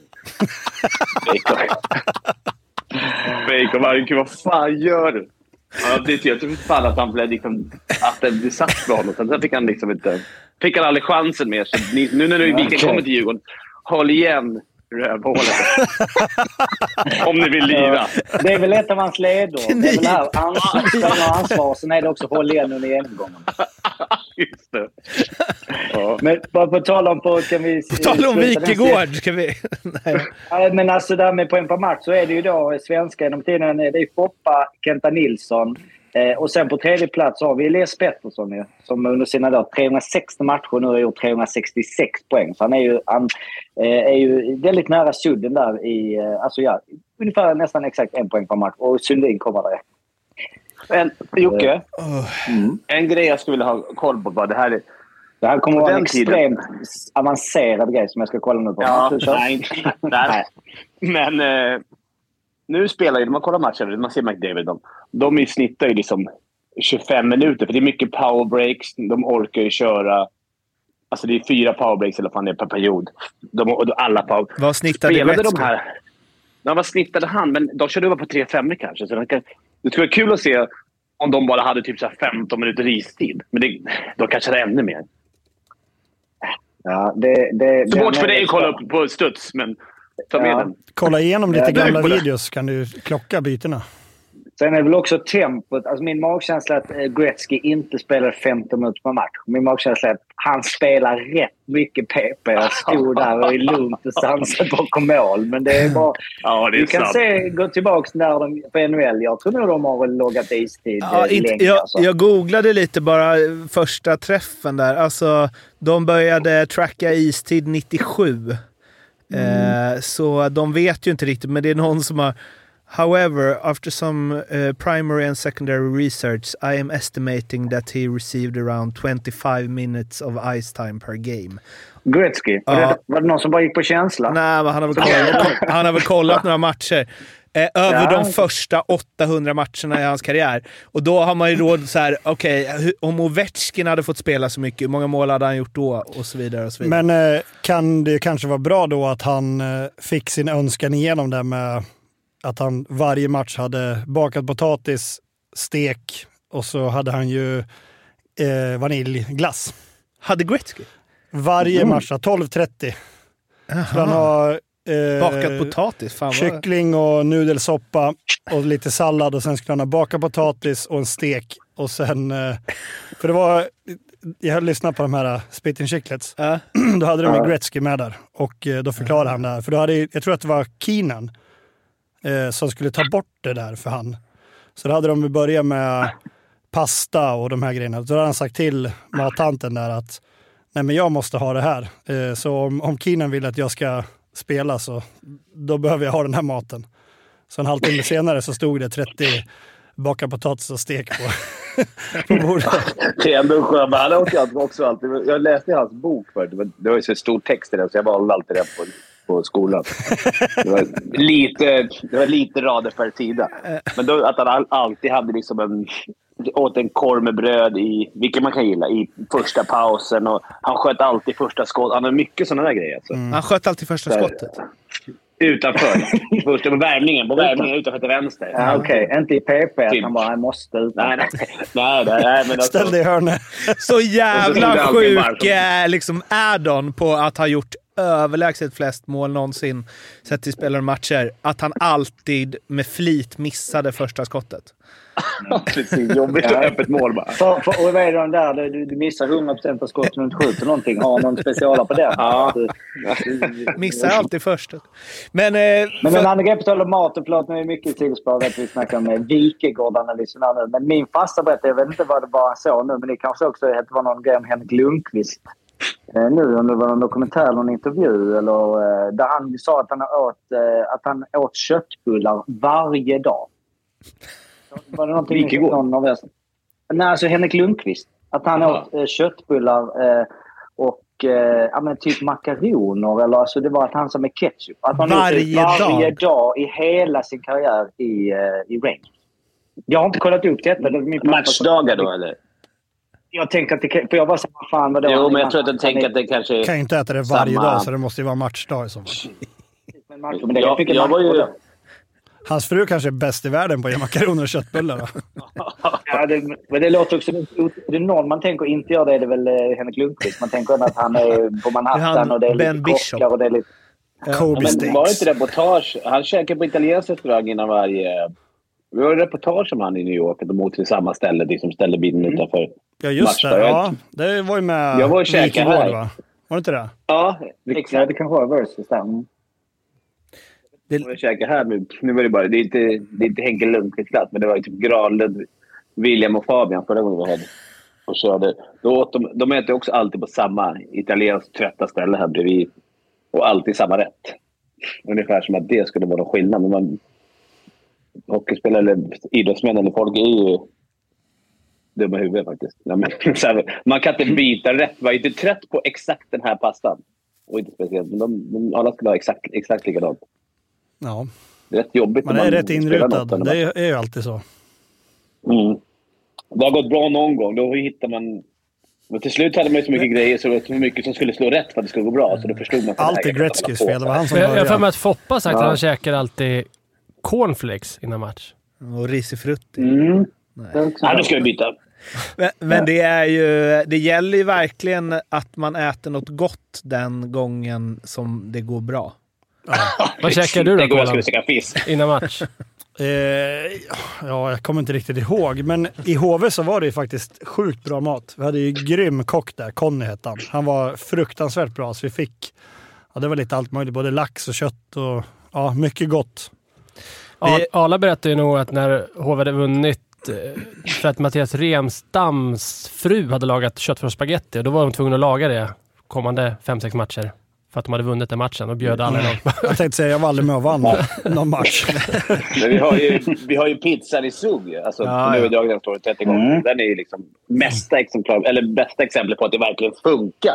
S1: Bacon, vad fan gör du? Ja, det jag tror fan att han blev liksom, att det satt för honom. Sen fick han liksom inte... Fick han aldrig chansen mer. Så nu när Viken kommer till Djurgården, håll igen rövhålet. Om ni vill lira.
S2: Det är väl ett av hans ledord. Det är väl här ansvar. Sen är det också håll igen under genomgången.
S1: Just det.
S2: Ja. Men bara på tal om... Kan vi
S7: tala om Wikegård, ska vi...
S2: Nej. Men alltså där med poäng på match så är det ju då svenska genom tiden. Det är Foppa, Kenta Nilsson. Och sen på tredje plats har vi Elias Pettersson ju, som under sina 360 matcher nu har gjort 366 poäng. Så han är ju väldigt nära sudden där i, ungefär nästan exakt 1 poäng per match. Och Sundin kommer där.
S1: Jocke, en grej jag skulle vilja ha koll på var det här.
S2: Det här kommer att vara en extremt avancerad grej som jag ska kolla nu på.
S1: Ja, nej. Men nu spelar ju, man kollar matchen, man ser McDavid, de snittar ju liksom 25 minuter, för det är mycket powerbreaks, de orkar ju köra Alltså det är 4 powerbreaks eller fan det är per period. Alla power.
S7: Vad snittade
S1: spelade
S7: Gretzky?
S1: de här? Ja, vad snittade han? Men de körde över på 3-5 kanske. Så det skulle vara kul att se om de bara hade typ så här 15 minuter istid. Men de kanske hade ännu mer.
S2: Ja,
S1: så bort för dig att kolla upp på studs, men ta med den.
S8: Kolla igenom lite gamla videos kan du klocka bytena.
S2: Sen är det väl också tempot. Alltså min magkänsla är att Gretzky inte spelar 15 minuter per match. Min magkänsla är att han spelar rätt mycket PP och stod där och är lugnt och sansat bakom mål. Men det är bara...
S1: Ja, det är
S2: du kan gå tillbaka när de på NHL. Jag tror nog de har loggat istid länge.
S7: Jag googlade lite bara första träffen där. Alltså, de började tracka istid 97. Så de vet ju inte riktigt, men det är någon som har... However, after some primary and secondary research, I am estimating that he received around 25 minutes of ice time per game.
S2: Gretzky? Var det någon som bara gick på känsla?
S7: Nej, men han har väl kollat några matcher. Över de första 800 matcherna i hans karriär. Och då har man ju råd så här, okej, om Ovechkin hade fått spela så mycket, hur många mål hade han gjort då? Och så vidare och så vidare.
S8: Men kan det kanske vara bra då att han fick sin önskan igenom det med att han varje match hade bakat potatis, stek och så hade han ju vaniljglass.
S7: Hade Gretzky?
S8: Varje match, 12:30. Han har
S7: bakat potatis, fan
S8: kyckling och nudelsoppa och lite sallad och sen skulle han ha bakat potatis och en stek och sen för det var jag hade lyssnat på de här Spitting Chicklets. Då hade de Gretzky med där och då förklarade han det här. För då hade, jag tror att det var Keenan som skulle ta bort det där för han. Så då hade de börjat med pasta och de här grejerna. Då hade han sagt till mattanten där att nej men jag måste ha det här. Så om Keenan vill att jag ska spela så då behöver jag ha den här maten. Så en halvtimme senare så stod det 30 bakad potatis och stek på bordet.
S1: Det är ändå skönt, men han har också alltid... Jag läste hans bok förut. Det var ju så stor text i den så jag valde alltid den på skolan. Det var lite rader per sida. Men då, att han alltid hade liksom åt en korv med bröd i, vilket man kan gilla, i första pausen. Och han sköt alltid första skott. Han har mycket sådana där grejer. Alltså.
S7: Han sköt alltid första skottet.
S1: Utanför. Första på värmningen utanför till vänster.
S2: Ja, okej. Inte i PP att han bara måste utanför.
S1: Nej, men alltså,
S8: ställ dig i hörnet.
S7: Så jävla sjuk liksom add-on på att ha gjort överlägset flest mål någonsin sett i spelare matcher. Att han alltid med flit missade första skottet.
S1: Precis, jobbigt och öppet mål bara.
S2: Och vad är det där? Du missar 100% av skott runt skjut och någonting. Har någon speciala på det?
S1: Ja.
S7: Missar alltid först. Men
S2: en annan grej på tal om mat och plåt, nu är mycket tillspår att vi snackar med Wikegård-analyserna nu. Men min fasta berättelse, jag vet inte vad det var han sa nu, men det kanske också att det var någon grej om Henrik Lundqvist. Nu om det var någon dokumentär eller någon intervju eller, där han sa att han åt köttbullar varje dag. Var det någonting någon av oss? Nej, alltså Henrik Lundqvist. Att han åt köttbullar och typ makaroner eller alltså det var att han som med ketchup. Att han varje dag i hela sin karriär i Rangers. Jag har inte kollat upp detta.
S1: Matchdagar då eller?
S2: Jag tänker att det, för jag bara säger vad fan vad det var.
S1: Jo, men jag tror att jag tänker att det kanske
S8: kan ju inte äta det varje dag så det måste ju vara matchdag i så fall.
S2: Jag var ju...
S8: Hans fru kanske är bäst i världen på att ge makaroner och köttbullar då.
S2: Ja, det låter också... Det är någon man tänker inte gör det, är det väl Henrik Lundqvist. Man tänker att han är på Manhattan och det är lite kockar och det är lite...
S8: Kobe Steaks.
S1: Var det inte reportage? Han käkade på italiensk restaurang innan varje... Vi har en reportage om han i New York. De åt till samma ställe, liksom ställde bilen utanför.
S8: Ja, just det. Ja, det var ju med...
S1: Jag var och käkade här.
S8: Va? Var det inte det?
S1: Ja, exakt.
S2: Det kanske var versus där.
S1: Jag käkade här nu var det bara... Det är inte Henke Lundqvist glatt, men det var typ Granlund, William och Fabian förra gången vi hade. Och körde. Då åt de äter också alltid på samma italiensk trötta ställe här bredvid. Och alltid samma rätt. Ungefär som att det skulle vara någon skillnad. Men man... Hockeyspelare eller idrottsmän eller folk är ju dumma i huvudet faktiskt. Ja, men, man kan inte byta rätt. Man är inte trött på exakt den här pastan. Och inte speciellt. Men de alla skulle ha exakt likadant.
S8: Ja.
S1: Det är rätt jobbigt.
S8: Man är rätt inrutad. Det är ju alltid så.
S1: Mm. Det har gått bra någon gång. Då hittar man Men till slut hade man ju så mycket grejer, så mycket som skulle slå rätt för att det skulle gå bra. Så då förstod man...
S8: Allt är Gretzkys fel. Det var han som började.
S9: Jag får med att Foppa sagt att han käkar alltid cornflakes innan match.
S7: Och risifrutti.
S1: Ja, då ska vi byta.
S7: Men det gäller ju verkligen att man äter något gott den gången som det går bra.
S9: Vad käkar du då,
S1: Kolan? Jag skulle käka fisk.
S9: Innan match?
S8: Jag kommer inte riktigt ihåg. Men i HV så var det ju faktiskt sjukt bra mat. Vi hade ju grym kock där, Conny hette han. Han var fruktansvärt bra, så vi fick... Ja, det var lite allt möjligt, både lax och kött och... Ja, mycket gott.
S9: Arla berättade ju nog att när HV hade vunnit för att Mattias Remstams fru hade lagat kött från spaghetti, då var de tvungna att laga det kommande 5-6 matcher. För att de hade vunnit den matchen och bjöd alla dem.
S8: Jag tänkte säga, jag var aldrig med och vann någon match.
S1: Men vi har ju pizzan i Zug. Alltså, nu har vi dragit den storyn 30 gånger. Den är ju liksom bästa exempel på att det verkligen funkar.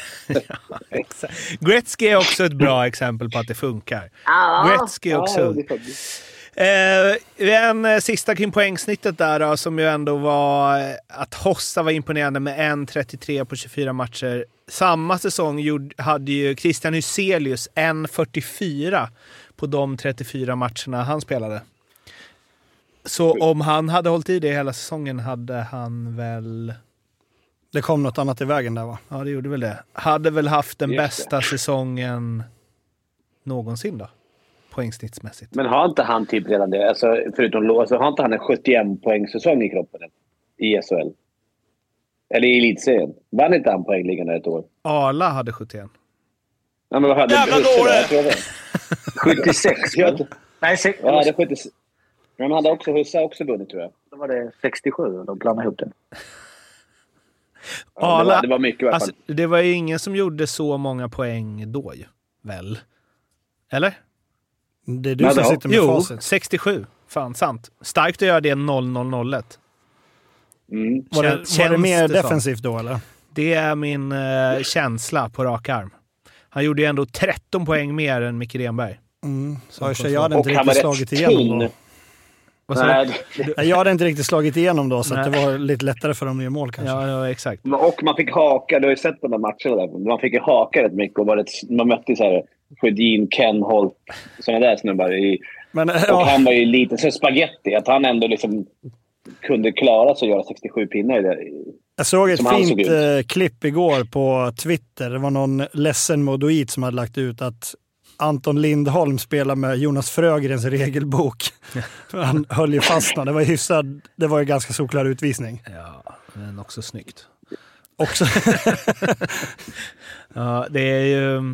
S7: Gretzky är också ett bra exempel på att det funkar. Gretzky också. En sista kring poängsnittet där då, som ju ändå var att Hossa var imponerande med 1,33 på 24 matcher. Samma säsong hade ju Christian Hyselius 1,44 på de 34 matcherna han spelade. Så om han hade hållit i det hela säsongen hade han väl...
S8: Det kom något annat i vägen där, va?
S7: Ja, det gjorde väl det. Hade väl haft den bästa säsongen någonsin då, poängsnittsmässigt.
S1: Men har inte han typ redan det? Alltså, förutom har inte han en 71 poängsäsong i kroppen i SHL? Eller i elitserien? Vann inte han poängliggande ett år?
S7: Arla hade 71.
S1: Ja, men vad hade
S7: jävla dåligt!
S2: 76. Nej,
S1: ja, det 76. Men han hade också Hussa också vunnit, tror jag.
S2: Då var det 67 och de blandade ihop det.
S7: Arla,
S1: det var mycket i alla fall.
S7: alltså, det var ju ingen som gjorde så många poäng då ju, väl? Eller?
S8: Det är du som sitter med facit.
S7: 67. Fan, sant. Starkt att göra det 0-0-0-1.
S8: Var det mer defensivt då, eller?
S7: Det är min känsla på rak arm. Han gjorde ju ändå 13 poäng mer än Micke Renberg.
S8: Så jag hade inte riktigt slagit igenom då. Jag hade inte riktigt slagit igenom då, så att det var lite lättare för dem att göra mål kanske.
S7: Ja, exakt.
S1: Och man fick haka, du har ju sett på de matcherna där. Man fick ju haka rätt mycket och man mötte så här Sjödin, Ken Holt, sådana där snubbar och han var ju lite så spaghetti, att han ändå liksom kunde klara sig att göra 67 pinnar i det.
S8: Jag såg ett fint klipp igår på Twitter. Det var någon ledsen modoit som hade lagt ut att Anton Lindholm spelar med Jonas Frögrens regelbok. Han höll ju fastna. Det var ju ganska solklar utvisning.
S7: Ja, men också snyggt.
S8: Också.
S7: Ja, det är ju...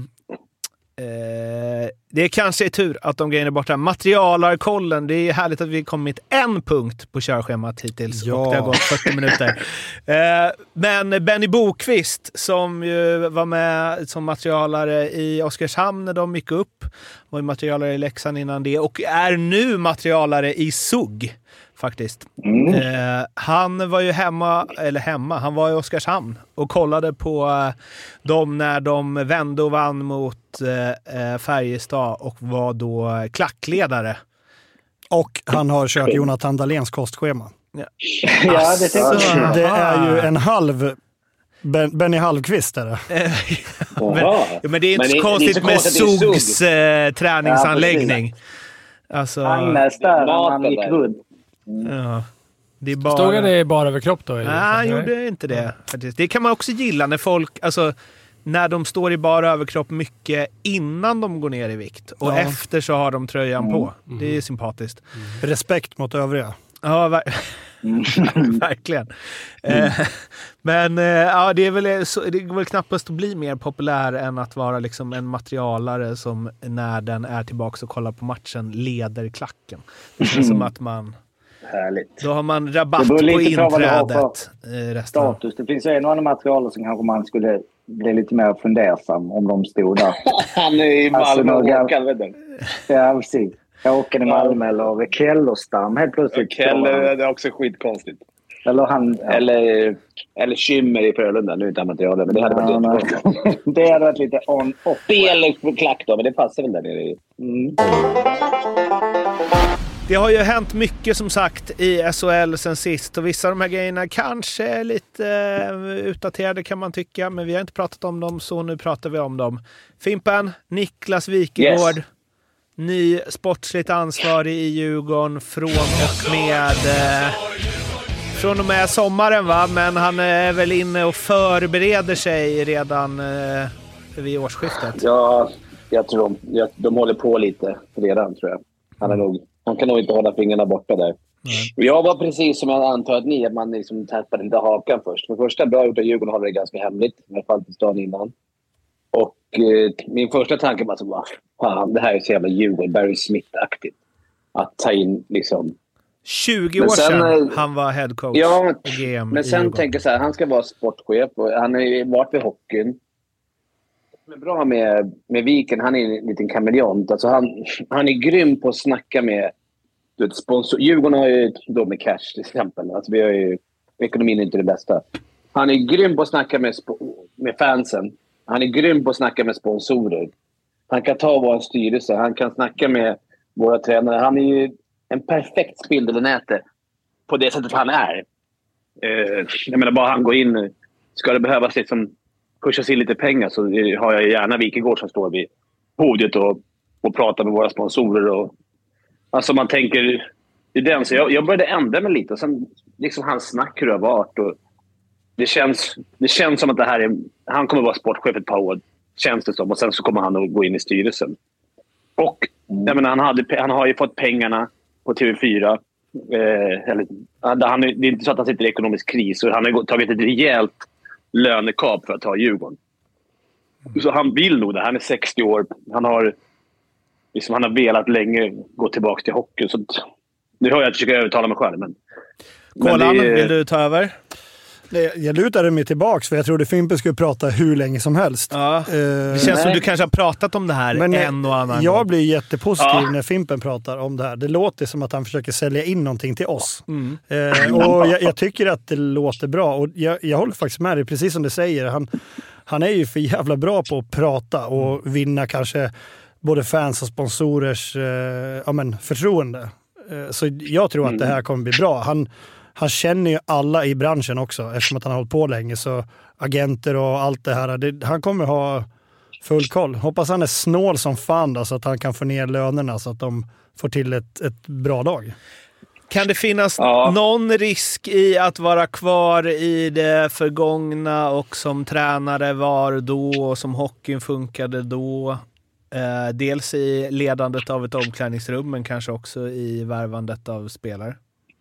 S7: det är kanske är tur att de grejerna är borta. Materialarkollen, det är härligt att vi kommit en punkt på körschemat hittills. Ja. Och det har gått 40 minuter. Men Benny Bokvist, som ju var med som materialare i Oskarshamn när de gick upp, var ju materialare i Leksand innan det och är nu materialare i Zug faktiskt. Han var ju han var i Oskarshamn och kollade på dem när de vände och vann mot Färjestad och var då klackledare.
S8: Och han har kört Jonathan Dahléns kostschema.
S2: Ja, det
S8: är ju en halv Benny Halvqvist är det.
S7: men det är inte så konstigt med Zogs träningsanläggning. Alltså,
S2: Agnes där när han gick runt.
S7: Ja.
S9: Stod han i bara överkropp då?
S7: Nej, han gjorde inte det. Faktiskt. Det kan man också gilla när folk, alltså när de står i bara överkropp mycket innan de går ner i vikt. Och efter så har de tröjan på. Det är sympatiskt.
S8: Respekt mot övriga.
S7: Ja, verkligen. Men ja, det går väl knappast att bli mer populär än att vara liksom en materialare som när den är tillbaka och kollar på matchen leder klacken. Det känns som att man...
S1: Härligt.
S7: Då har man rabatt på inträdet.
S2: Status. Det finns ju en annan material som kanske man skulle bli lite mer fundersam om de stod där.
S1: Han är i Malmö och Håkan.
S2: Ja, precis. Håkan i Malmö eller Kellerstam helt plötsligt.
S1: Keller, det är också skitkonstigt.
S2: Eller han...
S1: Eller Schimmer i Frölunda. Nu är inte materialet, men det hade varit lite
S2: det hade varit lite on-off.
S1: Spel på klack då, men det passar väl där nere i.
S7: Det har ju hänt mycket som sagt i SHL sen sist och vissa av de här grejerna kanske är lite utdaterade kan man tycka, men vi har inte pratat om dem så nu pratar vi om dem. Fimpen, Niklas Wikegård, ny sportsligt ansvarig i Djurgården från och med sommaren va, men han är väl inne och förbereder sig redan vid årsskiftet.
S1: Ja, jag tror de håller på lite redan tror jag. Han kan nog inte hålla fingrarna borta där. Jag var precis som jag antar att ni, att man liksom tappade lite hakan först. För första bra gjort av Djurgården har det ganska hemligt. I alla fall till stan innan. Och min första tanke var så fan, det här är så jävla Djurgården, Barry Smith-aktigt. Att ta in liksom...
S7: 20 år sedan han var headcoach
S1: och
S7: GM.
S1: Men sen tänker jag så här, han ska vara sportchef och han har ju varit vid hockeyn. Det är bra med Viken, han är en liten kameleont. Alltså han är grym på att snacka med sponsor. Djurgården har ju då med cash till exempel. Alltså vi har ju, ekonomin är inte det bästa. Han är grym på att snacka med fansen. Han är grym på att snacka med sponsorer. Han kan ta vår styrelse. Han kan snacka med våra tränare. Han är ju en perfekt spindel i nätet på det sättet han är. Jag menar bara han går in. Ska det behövas liksom pushas in lite pengar så har jag gärna Wikegård som står vid podiet och pratar med våra sponsorer. Och, alltså man tänker i den. Så jag började ändra mig lite. Och sen liksom hans snack hur det har varit. Och det känns som att det här är... Han kommer vara sportchef ett par år. Känns det som. Och sen så kommer han att gå in i styrelsen. Och jag menar, han har ju fått pengarna på TV4. Det är inte så att han sitter i ekonomisk kris. Och han har tagit ett rejält lönekap för att ta Djurgården. Så han vill nog det. Han är 60 år. Han har velat länge gå tillbaka till hockey. Så nu hör jag att jag försöker övertala mig själv.
S7: Kolan, vill du ta över?
S8: Jag lutade mig tillbaks för jag trodde Fimpen skulle prata hur länge som helst.
S7: Ja. Det känns som du kanske har pratat om det här en och annan
S8: jag
S7: gång.
S8: Blir jättepositiv när Fimpen pratar om det här. Det låter som att han försöker sälja in någonting till oss. Och jag tycker att det låter bra. Och jag håller faktiskt med dig, precis som du säger. Han är ju för jävla bra på att prata och vinna kanske både fans och sponsorers förtroende. Så jag tror att det här kommer bli bra. Han känner ju alla i branschen också eftersom att han har hållit på länge. Så agenter och allt det här. Han kommer ha full koll. Hoppas han är snål som fan då, så att han kan få ner lönerna så att de får till ett bra lag.
S7: Kan det finnas någon risk i att vara kvar i det förgångna och som tränare var då och som hockeyn funkade då? Dels i ledandet av ett omklädningsrum men kanske också i värvandet av spelare?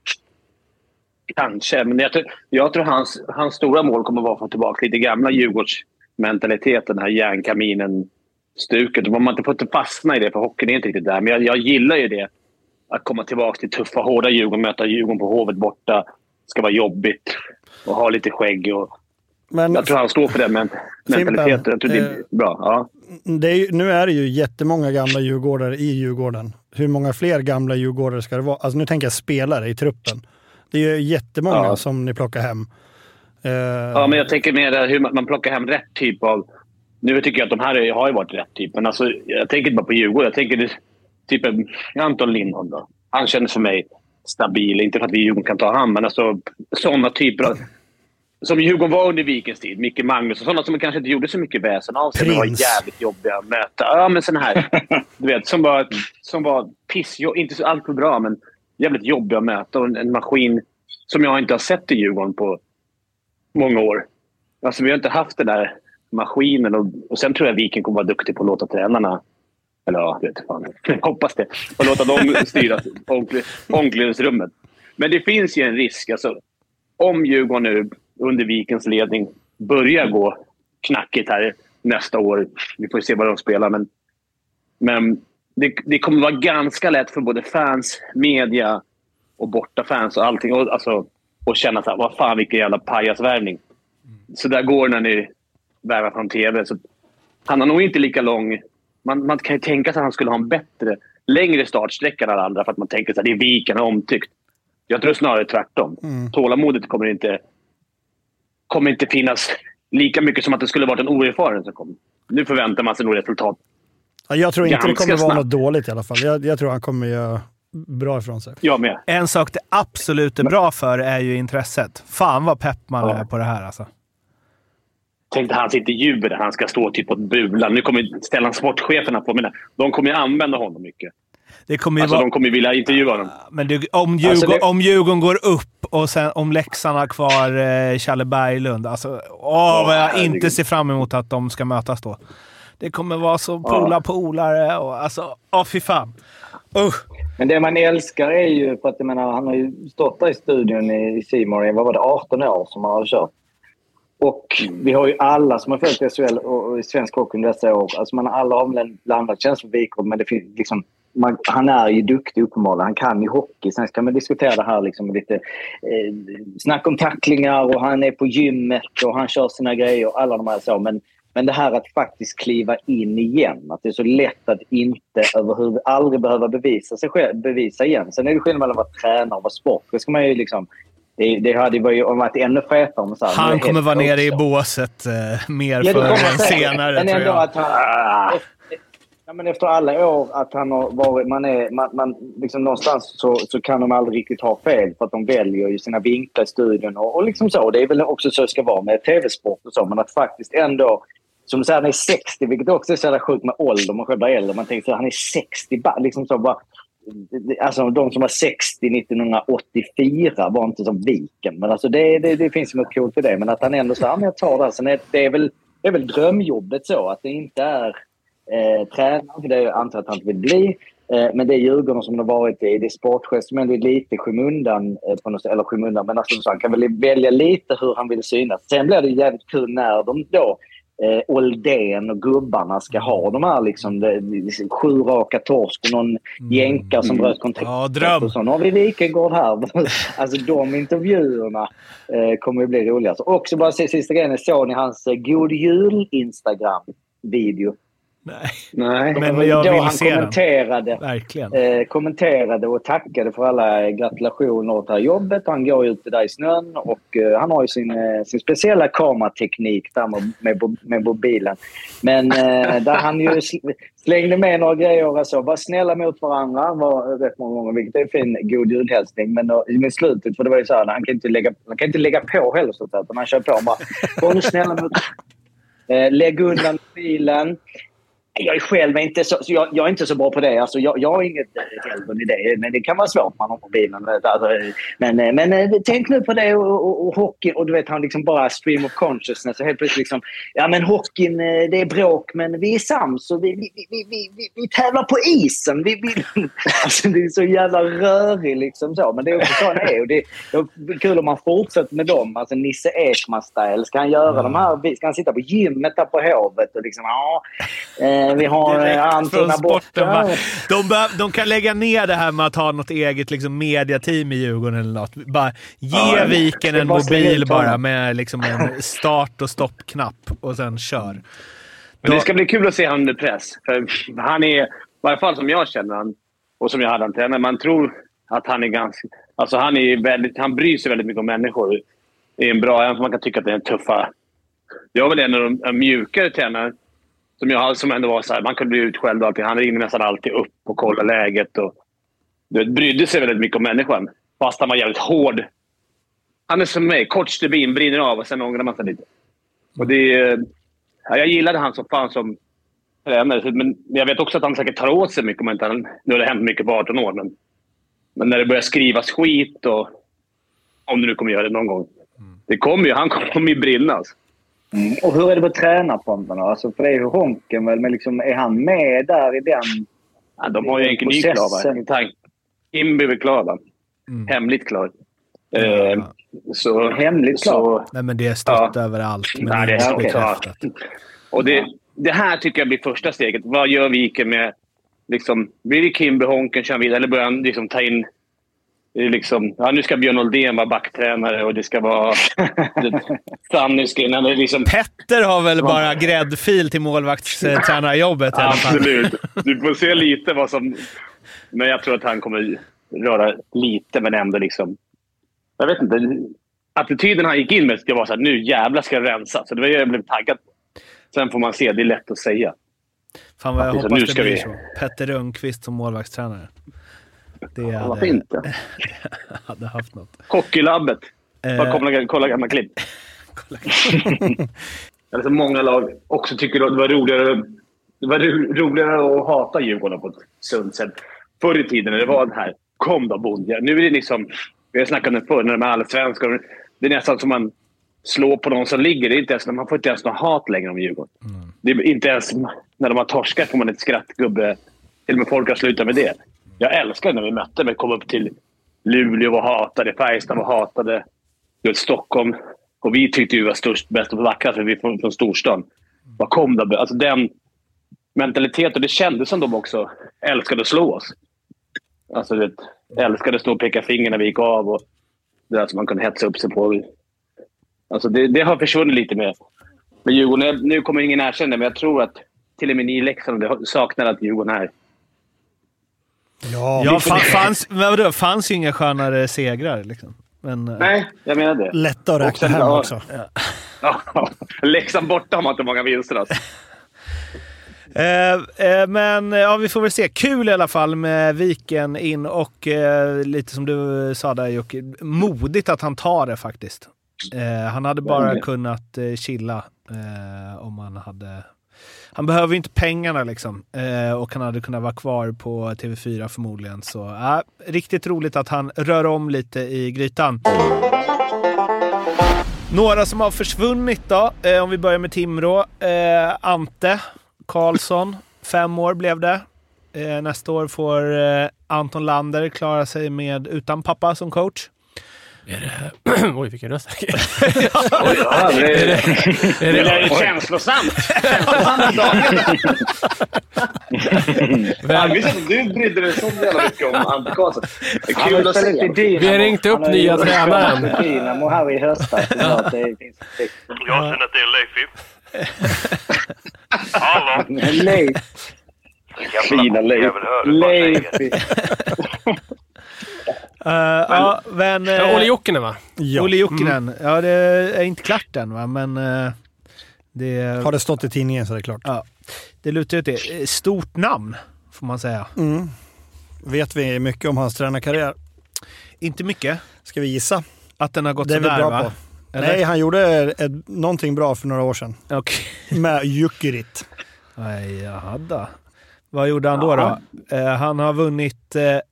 S1: Kanske, men jag tror hans stora mål kommer vara att få tillbaka lite gamla Djurgårdsmentaliteten, den här järnkaminen-stuket. Man inte fått fastna i det, för hockeyn är inte riktigt där. Men jag gillar ju det. Att komma tillbaka till tuffa, hårda Djurgården, möta Djurgården på Hovet borta. Ska vara jobbigt och ha lite skägg. Men jag tror han står för den mentaliteten. Jag tror det är bra. Ja.
S8: Nu är det ju jättemånga gamla djurgårdare i Djurgården. Hur många fler gamla djurgårdare ska det vara? Alltså nu tänker jag spelare i truppen. Det är ju jättemånga som ni plockar hem.
S1: Ja, men jag tänker mer hur man plockar hem rätt typ av... Nu tycker jag att de här har ju varit rätt typ. Men alltså, jag tänker inte bara på Djurgården. Jag tänker typ Anton Lindholm då. Han känner för mig stabil. Inte för att vi i Djurgården kan ta hand, men alltså sådana typer av... Som Djurgården var under Vikens tid. Micke Magnus och sådana som kanske inte gjorde så mycket väsen av sig. Det var jävligt jobbiga att möta. Ja, men sådana här. Du vet, som var piss. Inte så allt för bra, men jävligt jobbiga att möta. Och en maskin som jag inte har sett i Djurgården på många år. Alltså vi har inte haft den där maskinen. Och sen tror jag Viken kommer vara duktig på att låta tränarna... Eller ja, vet fan. Jag hoppas det. Och låta dem styra omklädningsrummet. Men det finns ju en risk. Alltså, om Djurgården nu under Vikens ledning börjar gå knackigt här nästa år. Vi får se vad de spelar. Men det kommer vara ganska lätt för både fans, media och bortafans och allting. Och känna så här, vad fan vilken jävla pajasvärvning. Så där går när ni värvar från tv. Så han har nog inte lika lång... Man kan ju tänka sig att han skulle ha en längre startsträcka än alla andra för att man tänker att det är Viken och omtyckt. Jag tror snarare tvärtom. Tålamodet kommer inte finnas lika mycket som att det skulle varit en oerfaren som kom. Nu förväntar man sig nog resultat.
S8: Ja, jag tror inte det kommer vara något dåligt i alla fall. Jag tror han kommer göra bra ifrån sig.
S1: Jag med.
S7: En sak det absolut är bra för är ju intresset. Fan vad pepp man är på det här alltså.
S1: Tänkte hans intervjuer där han ska stå typ på ett bulan. Nu kommer ställa sportcheferna på mina. De kommer ju använda honom mycket.
S7: Det kommer ju
S1: de kommer vilja intervjua honom.
S7: Men om Djurgården går upp och sen om Leksand har kvar Challe Berglund. Alltså, vad jag inte ser fram emot att de ska mötas då. Det kommer vara så polare och alltså, fy fan.
S2: Men det man älskar är ju, för att jag menar, han har ju stått där i studion i C More, vad var det, 18 år som han har kört. Och vi har ju alla som har följt SHL och svensk hockey under dessa år. Alltså alla har väl blandat känslor för Wikholm, men det finns liksom, han är ju duktig uppenbarligen. Han kan ju hockey. Sen ska man diskutera det här liksom lite snack om tacklingar och han är på gymmet och han kör sina grejer och alla de här så. Men det här att faktiskt kliva in igen. Att det är så lätt att inte aldrig behöva bevisa igen. Sen är det skillnad mellan att vara tränare och vara sport. Det ska man ju liksom... Det hade ju varit ännu frätare om så här.
S7: Han kommer vara nere i båset mer förr än senare,
S2: men
S7: tror
S2: ändå
S7: jag.
S2: Att han, men efter alla år att han har varit... Man liksom någonstans så kan de aldrig riktigt ha fel för att de väljer ju sina vinklar i studion och liksom så. Det är väl också så det ska vara med tv-sport och så. Men att faktiskt ändå... Som du säger, han är 60, vilket också är så jävla sjukt med ålder. Man själv är äldre. Man tänker så han är 60. Liksom så bara... Alltså de som var 60 1984 var inte som Viken. Men alltså det finns ju något coolt för det. Men att han ändå sa att jag tar det. Sen det är väl drömjobbet så. Att det inte är tränare. För det antar att han inte vill bli. Men det är Djurgården som har varit i. Det är sportchef men det är lite skymundan. Eller skymundan. Men alltså, så han kan väl välja lite hur han vill synas. Sen blir det jävligt kul när de då Oldén och gubbarna ska ha de här liksom 7 raka torsk och någon jänkar som bröt kontrakt.
S7: Ja, dröm.
S2: Och så har vi Wikegård här. Alltså de intervjuerna kommer att bli roliga. Så också bara se sista grejen, såg ni hans God Jul Instagram-video?
S7: Nej.
S2: Men jag vill se
S7: den. Verkligen.
S2: Kommenterade och tackade för alla gratulationer åt det här jobbet. Han går ut där i snön och han har ju sin speciella kamerateknik där med mobilen. Men där han ju slängde med några grejer och så. Var snälla mot varandra var rätt många gånger, vilket är en fin god julhälsning. Men i slutet, för det var ju så här, han kan inte lägga på heller så att han kör på bara. Var nu snälla mot lägg undan bilen. Jag är själv inte så jag är inte så bra på det. Alltså jag har inget helgon i det, men det kan vara svårt man har mobilen. Men tänk nu på det och hockey, och du vet han liksom bara stream of consciousness och helt plötsligt liksom, ja men hockeyn det är bråk men vi är sams och vi tävlar på isen. Alltså det är så jävla rörig liksom så, men det är också så han är, och det är kul om man fortsätter med dem. Alltså Nisse Ekman-style, ska han göra de här, ska han sitta på gymmet där på Hovet och liksom vi har Anton borta.
S7: De kan lägga ner det här med att ha något eget liksom, mediateam i Djurgården eller något. Bara ge Viken en mobil bara med liksom, en start- och stoppknapp och sen kör.
S1: Men det ska bli kul att se han under press. För han är, i varje fall som jag känner han och som jag hade han tränat, man tror att han är ganska... Alltså han bryr sig väldigt mycket om människor. Det är en bra, även om man kan tycka att det är en tuffa... Jag var väl en av de mjukare tränare som ändå var så här, man kunde bli utskälld och alltid. Han ringde nästan alltid upp och kollade läget och brydde sig väldigt mycket om människan. Fast han var jävligt hård. Han är som mig, kort stubin, brinner av och sen ångrar man sig lite. Och jag gillade han som fan som tränare, men jag vet också att han säkert tar åt sig mycket om inte nu har det hänt mycket på 18 år. Men när det börjar skrivas skit och om du nu kommer göra det någon gång. Han kommer ju brinna alltså.
S2: Och hur är det på tränarfronten? Alltså för det är ju Honken väl, men liksom, är han med där i den?
S1: Ja, de har ju en ny klar. Kimby är klar va? Hemligt klar. Så
S2: hemligt klar?
S1: Så,
S7: nej men det är stått överallt. Men
S1: det är stått klart. Och det här tycker jag blir första steget. Vad gör Viken med liksom, blir det Kimby, Honken kör vidare eller börjar han liksom ta in liksom, nu ska Björn Oldén vara backtränare och det ska vara Sanniskin liksom.
S7: Petter har väl bara gräddfil till målvaktstränarjobbet.
S1: Absolut. Du får se lite vad som... Men jag tror att han kommer röra lite, men ändå liksom... Jag vet inte. Attityden han gick in med ska vara så här, nu jävla ska jag rensa. Så det var jag blev taggad. Sen får man se, det är lätt att säga.
S7: Fan vad jag hoppas det blir så. Petter Rönnqvist som målvaktstränare.
S1: Varför inte?
S7: hade haft något.
S1: Hockeylabbet. Bara kolla gamla klipp. Alltså många lag också tycker att det var roligare att hata Djurgården på ett sunt sätt. Förr i tiden när det var det här, kom då Bondia. Nu är det liksom, vi har snackat om det förr, när de är allsvenskar. Det är nästan som man slår på någon som ligger. Det är inte ens, man får inte ens något hat längre om Djurgården. Det är inte ens, när de har torskat får man ett skrattgubbe. Till och med folk har slutat med det. Jag älskar när vi mötte, men kom upp till Luleå och hatade, Färjestad och hatade Stockholm. Och vi tyckte ju var störst, bäst och vackrast för vi är från storstan. Vad kom det? Alltså den mentaliteten, det kändes som de också älskade att slå oss. Alltså det älskade att stå och peka finger när vi gick av och det där som man kunde hetsa upp sig på. Alltså det har försvunnit lite med Djurgården. Nu kommer ingen erkänna, men jag tror att till och med ni i Leksand saknar att Djurgården är.
S7: Ja, fanns ju inga skönare segrar liksom. Men,
S1: nej, jag menar det.
S8: Lätt att räkna hem också.
S1: Ja. Leksand borta har man inte många vinster alltså.
S7: Men ja, vi får väl se. Kul i alla fall med Viken in och lite som du sa där Jocke, modigt att han tar det faktiskt. Han hade bara kunnat chilla om han hade... Han behöver ju inte pengarna liksom. Och han hade kunnat vara kvar på TV4 förmodligen. Så riktigt roligt att han rör om lite i grytan. Några som har försvunnit då. Om vi börjar med Timrå. Ante Karlsson. 5 år blev det. Nästa år får Anton Lander klara sig utan pappa som coach.
S9: Oj, vilken röst.
S1: Det är känslosamt. Jag visste att du brydde dig så jävla mycket om Ante Karlsson. Det är kul att se.
S9: Vi har ringt upp nya tränaren.
S2: Dynamo här i höstas.
S11: Jag känner till Leif. Hallå.
S2: Leif.
S1: Fina Leif.
S7: Ja, men...
S9: Olle Jokinen va?
S8: Ja.
S7: Olle Jokinen. Ja, det är inte klart än va, men... det...
S8: Har det stått i tidningen så är det klart.
S7: Ja, det lutar ut det. Stort namn, får man säga.
S8: Vet vi mycket om hans tränarkarriär?
S7: Inte mycket.
S8: Ska vi gissa?
S7: Att den har gått
S8: det är
S7: sådär,
S8: bra
S7: va?
S8: På. Nej, han gjorde någonting bra för några år sedan.
S7: Okay.
S8: Med Jukurit.
S7: Nej, jaha då. Vad gjorde han då? Han har vunnit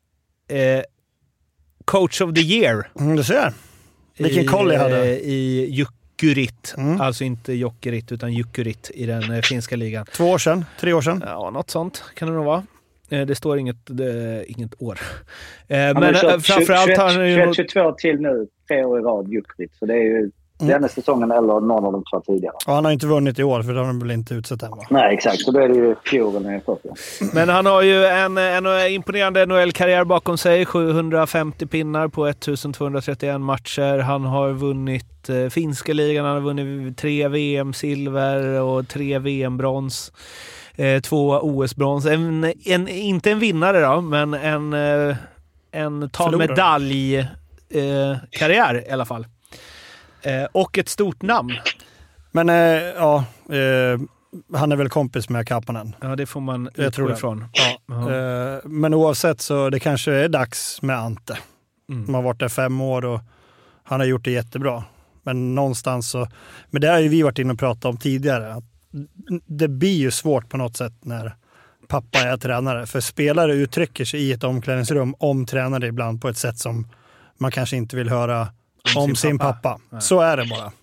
S7: Coach of the Year.
S8: Du ser. Vilken koll jag hade.
S7: I Jukurit. Alltså inte Jokerit utan Jukurit i den finska ligan.
S8: 2 år sedan? 3 år sedan?
S7: Ja, något sånt kan det nog vara. Det står inget år.
S2: Men framförallt har han ju... 22 till nu, 3 år i rad Jukurit. Så det är ju denna säsongen eller någon av de 2 tidigare.
S8: Och han har inte vunnit i år för de har väl inte utsett än, va?
S2: Nej, exakt. Så då är det ju fjorden.
S7: Men han har ju en imponerande NHL-karriär bakom sig. 750 pinnar på 1231 matcher. Han har vunnit finska ligan. Han har vunnit 3 VM-silver och 3 VM-brons. 2 OS-brons. Inte en vinnare då, men en medaljkarriär i alla fall. Och ett stort namn.
S8: Men han är väl kompis med Kapanen.
S7: Ja, det får man
S8: utgå ifrån. Ja. Men oavsett så det kanske är dags med Ante. Han har varit där 5 år och han har gjort det jättebra. Men någonstans så... Men det har ju vi varit inne och pratat om tidigare. Att det blir ju svårt på något sätt när pappa är tränare. För spelare uttrycker sig i ett omklädningsrum om tränare ibland på ett sätt som man kanske inte vill höra om sin pappa. Så är det bara.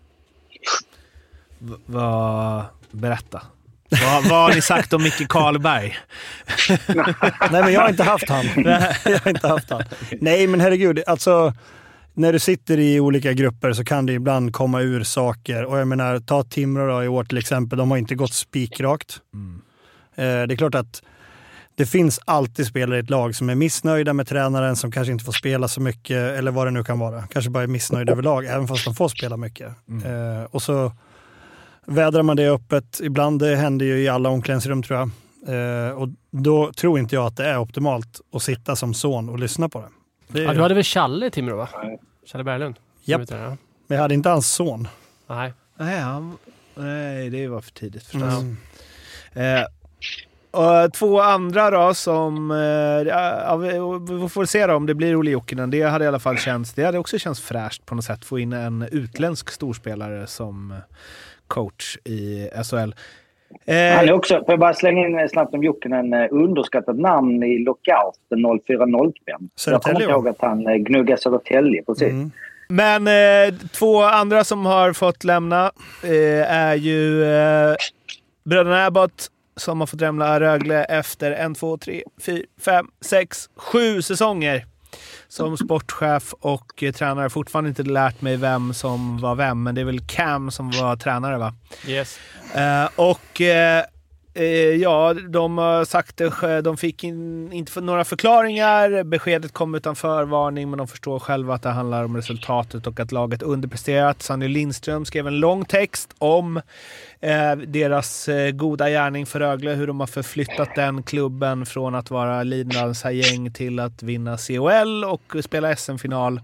S7: Berätta. Vad har ni sagt om Micke Karlberg?
S8: Nej, men jag har inte haft han. Nej, men herregud. Alltså, när du sitter i olika grupper så kan det ibland komma ur saker. Och jag menar, ta Timrå då, i år till exempel. De har inte gått spikrakt. Det är klart att det finns alltid spelare i ett lag som är missnöjda med tränaren, som kanske inte får spela så mycket, eller vad det nu kan vara. Kanske bara är missnöjda överlag, även fast de får spela mycket. Och så vädrar man det öppet. Ibland det händer ju i alla omklädningsrum, tror jag. Och då tror inte jag att det är optimalt att sitta som son och lyssna på det.
S9: Ja, du hade väl Challe i Timrå, va? Challe Berglund.
S8: Japp. Men jag hade inte hans son.
S9: Nej.
S7: Nej, det var för tidigt förstås. Två andra då som... vi får se då om det blir Olle Jokinen. Det hade i alla fall känts... Det hade också känts fräscht på något sätt. Få in en utländsk storspelare som coach i SHL.
S2: Han är också, får jag bara slänga in snabbt om Jokinen, underskattat namn i lockouten 04-05. Jag kommer inte ihåg att han gnuggar Södertälje, precis.
S7: Men två andra som har fått lämna är ju bröderna Abbott som har fått lämna Rögle efter 1, 2, 3, 4, 5, 6, 7 säsonger som sportchef och tränare. Fortfarande inte lärt mig vem som var vem, men det är väl Cam som var tränare, va?
S9: Yes.
S7: Ja, de har sagt det, de fick inte några förklaringar. Beskedet kom utan förvarning, men de förstår själva att det handlar om resultatet och att laget underpresterat. Sanny Lindström skrev en lång text om deras goda gärning för Rögle, hur de har förflyttat den klubben från att vara lidandesgäng till att vinna CHL och spela SM-final.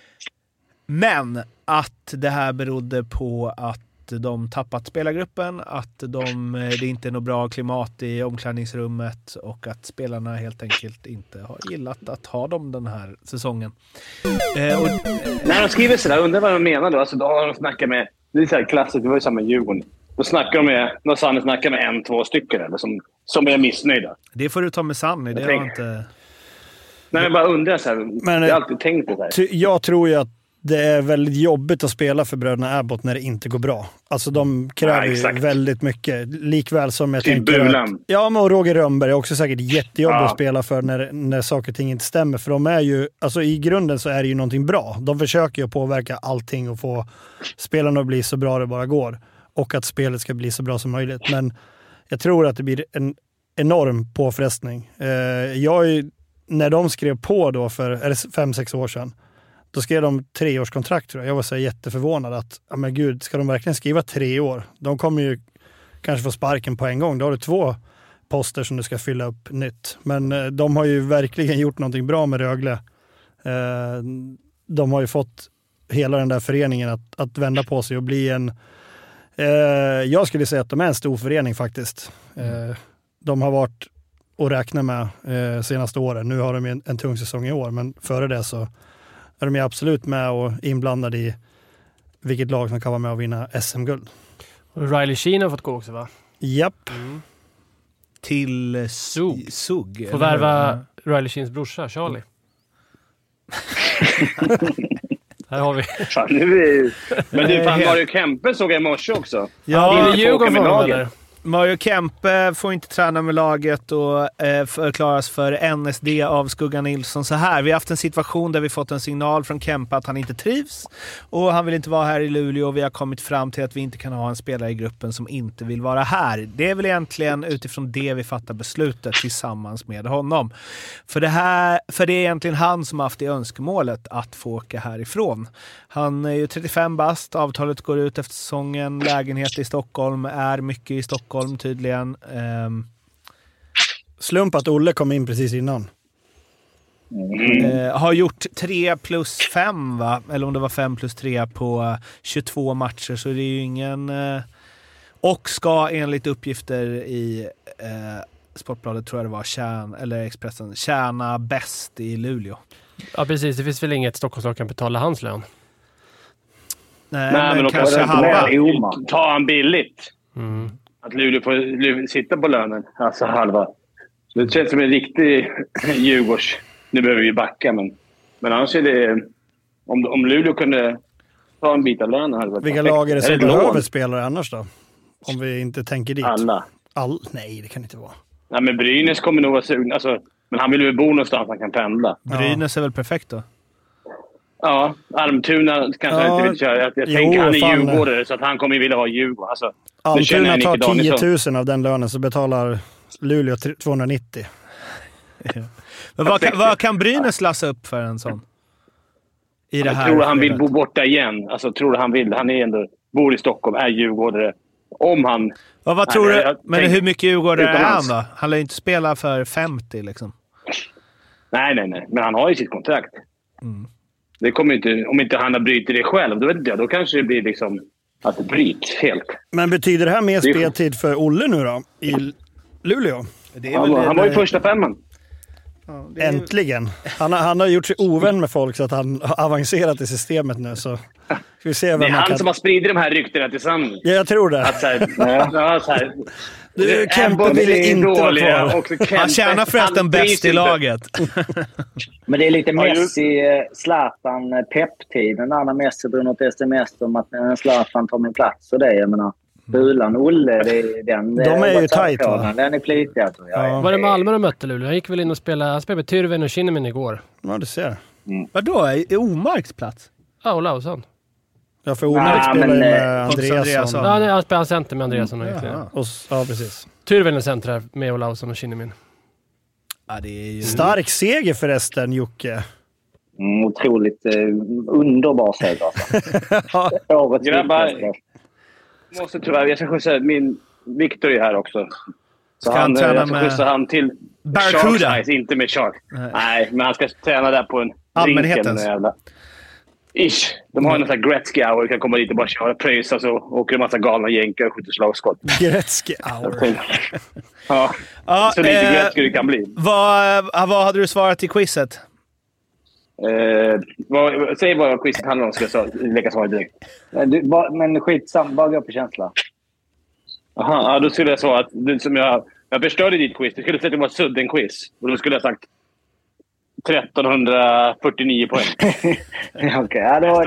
S7: Men att det här berodde på att de tappat spelargruppen, att det inte är något bra klimat i omklädningsrummet och att spelarna helt enkelt inte har gillat att ha dem den här säsongen.
S1: När de skriver sådär, undrar vad de menar då. Alltså, då har de snackat med, det är så här klassiskt, det var ju samma Djurgården. Då snackar de med, när Sanny snackar med 1-2 stycken eller, som är missnöjda.
S7: Det får du ta med Sanny, det har inte...
S1: Nej, jag bara undrar så här, jag har alltid tänkt det där.
S8: Jag tror ju att det är väldigt jobbigt att spela för bröderna Abbott när det inte går bra. Alltså de kräver ju väldigt mycket. Likväl som jag tänker att... Ja, men Roger Rönnberg är också säkert jättejobbigt att spela för när saker och ting inte stämmer. För de är ju... Alltså i grunden så är det ju någonting bra. De försöker ju påverka allting och få spelarna att bli så bra det bara går. Och att spelet ska bli så bra som möjligt. Men jag tror att det blir en enorm påfrestning. När de skrev på då för 5-6 år sedan, då skrev de 3-årskontrakt, tror jag. Jag var så jätteförvånad att, ja men gud, ska de verkligen skriva 3 år? De kommer ju kanske få sparken på en gång. Då har du 2 poster som du ska fylla upp nytt. Men de har ju verkligen gjort någonting bra med Rögle. De har ju fått hela den där föreningen att vända på sig och bli en... jag skulle säga att de är en stor förening faktiskt. De har varit att räkna med senaste åren. Nu har de en tung säsong i år, men före det så är de absolut med och inblandade i vilket lag som kan vara med och vinna SM-guld.
S9: Och Riley Sheen har fått gå också, va?
S8: Japp.
S7: Till Sug.
S9: Får värva Riley Sheens brorsa, Charlie. Här har vi.
S1: Men du, fan, Mario Kempe såg jag i morse också.
S7: Ja,
S9: det är Djurgården för honom, eller?
S7: Mario Kempe får inte träna med laget och förklaras för NSD av Skugga Nilsson så här. Vi har haft en situation där vi fått en signal från Kempe att han inte trivs och han vill inte vara här i Luleå och vi har kommit fram till att vi inte kan ha en spelare i gruppen som inte vill vara här. Det är väl egentligen utifrån det vi fattar beslutet tillsammans med honom. För det är egentligen han som har haft det önskemålet att få åka härifrån. Han är ju 35 bast, avtalet går ut efter säsongen, lägenhet i Stockholm, är mycket i Stockholm tydligen.
S8: Slump att Olle kom in precis innan.
S7: Har gjort 3+5, va? Eller om det var 5+3 på 22 matcher, så det är ju ingen... och ska enligt uppgifter i Sportbladet, tror jag det var, eller Expressen, tjäna bäst i Luleå.
S9: Ja, precis. Det finns väl inget Stockholmslag kan betala hans lön.
S7: Nej, men kanske halva.
S1: Ta han billigt. Att Luleå får sitta på lönen. Alltså halva. Så det känns som en riktig Djurgårds. Nu behöver vi backa, men annars är det... Om Luleå kunde ta en bit av lönen...
S8: Vilka lag är det som behöver spelare annars då? Om vi inte tänker dit.
S1: Alla.
S8: Nej, det kan inte vara.
S1: Nej, men Brynäs kommer nog vara sugen. Alltså, men han vill ju bo någonstans han kan pendla.
S7: Brynäs är väl perfekt då?
S1: Ja, Almtuna kanske inte vill köra. Jag tänker han är Djurgårdare så att han kommer vilja ha Djurgården. Alltså,
S8: Almtuna tar 10 000 av den lönen så betalar Luleå 290.
S7: Men vad kan Brynäs lassa upp för en sån? I det här
S1: tror han vill bo borta igen. Alltså, tror han vill. Han är ändå, bor i Stockholm, är Djurgårdare. Om han...
S7: Ja, vad tror du? Men hur mycket Djurgårdare är han då? Han lär inte spela för 50 liksom.
S1: Nej. Men han har ju sitt kontrakt. Det kommer inte... Om inte han har bryter det själv, då vet inte jag. Då kanske det blir liksom att det bryts helt.
S8: Men betyder det här mer speltid för Olle nu då? I Luleå?
S1: Han var ju första femman.
S8: Ja, äntligen. Han har gjort sig ovän med folk så att han har avancerat i systemet nu. Så ska vi se
S1: det är han som har spridit de här ryktena tillsammans.
S8: Ja, jag tror det.
S1: Att så här,
S8: Kempe ville inte vara kvar.
S7: Han tjänar förresten bäst i laget.
S2: Men det är lite Messi, Zlatan, pepptiden. När Messi drog något sms om att Zlatan tar min plats. Och det, jag menar, Bulan, Olle, det är den.
S8: De är ju tajt, va?
S2: Den är flitig, alltså.
S9: Var det Malmö de mötte, Luleå? Han gick väl in och spelade med Tyrven och Kinnamin igår.
S8: Ja, du ser.
S7: Vadå? Är Omarks plats?
S9: Ja, och Lausson.
S8: Ja, för Omark spelar ju med Andreasson.
S9: Ja, han spelar center med Andreasson.
S8: Ja, precis.
S9: Tyrven är center här med Olausson och Kinnamin.
S7: Ja, det är ju...
S8: Stark seger förresten, Jocke.
S2: Otroligt underbar seger, alltså. Årets
S1: grabbar, måste tyvärr, jag ska skjutsa min Victor är här också. Så
S7: ska han träna med
S1: han till
S7: Barracuda?
S1: Inte med Shark. Nej, men han ska träna där på en
S7: allmänhetens.
S1: Ish. De har en sån här Gretzky hour. Du kan komma dit och bara köra pröjs och så åker en massa galna jänkar och skjuter slagskott.
S8: Gretzky hour.
S1: Ja, så lite Gretzky det kan bli.
S7: Vad hade du svarat i quizet?
S1: Säg vad quizet handlar om, ska jag lägga svaret direkt.
S2: Men skitsam, bara gå på känsla.
S1: Aha, ja, då skulle jag svara att som jag förstörde ditt quiz. Du skulle säga att det var sudden quiz. Och då skulle jag sagt 1349 poäng.
S2: Okej, ja, det var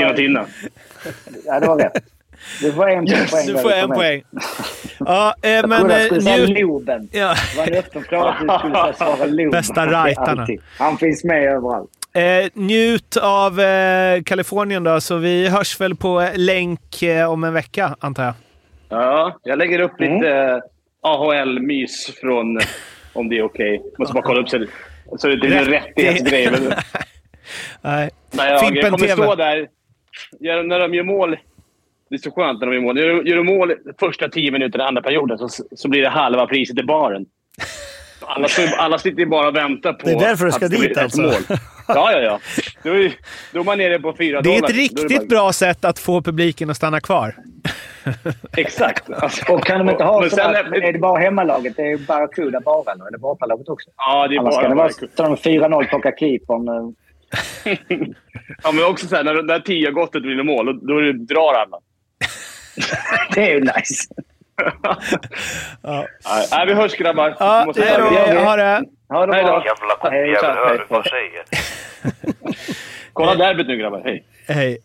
S2: rätt. Du får en poäng.
S7: Du får en poäng. Ja, men
S2: jag skulle säga Loben. Ja. Det var en öppen fråga att du skulle svara Loben.
S7: Bästa rajtarna.
S2: Han finns med överallt.
S7: Njut av Kalifornien då, så vi hörs väl på länk om en vecka, antar jag.
S1: Ja, jag lägger upp lite AHL-mys från, om det är okej. Måste bara kolla upp så det är en rättighetsgrej.
S7: Nej.
S1: Jag kommer stå där när de gör mål. Det är så skönt när de gör mål. Gör de mål första 10 minuter i andra perioden så blir det halva priset i baren. Alla sitter bara och väntar på.
S8: Det är därför du ska dit alltså.
S1: Mål. Ja. Då är man nere på $4.
S7: Det är ett riktigt bra sätt att få publiken att stanna kvar.
S1: Exakt.
S2: Alltså, och kan de inte ha är det bara hemmalaget? Det är Barracuda bara, eller är det bortalaget också?
S1: Ja, det är bara
S2: Barracuda. Så de 4-0 plocka keepern.
S1: Ja, men också så här, när 10 har gått och vinner mål, då drar alla.
S2: Det är ju nice.
S1: Ja, vi hörs, grabbar.
S7: Ja, ha det.
S2: Ha det bra.
S11: Jävla koppjävel, hör du vad jag säger?
S1: Kolla derbyt nu, grabbar.
S7: Hej.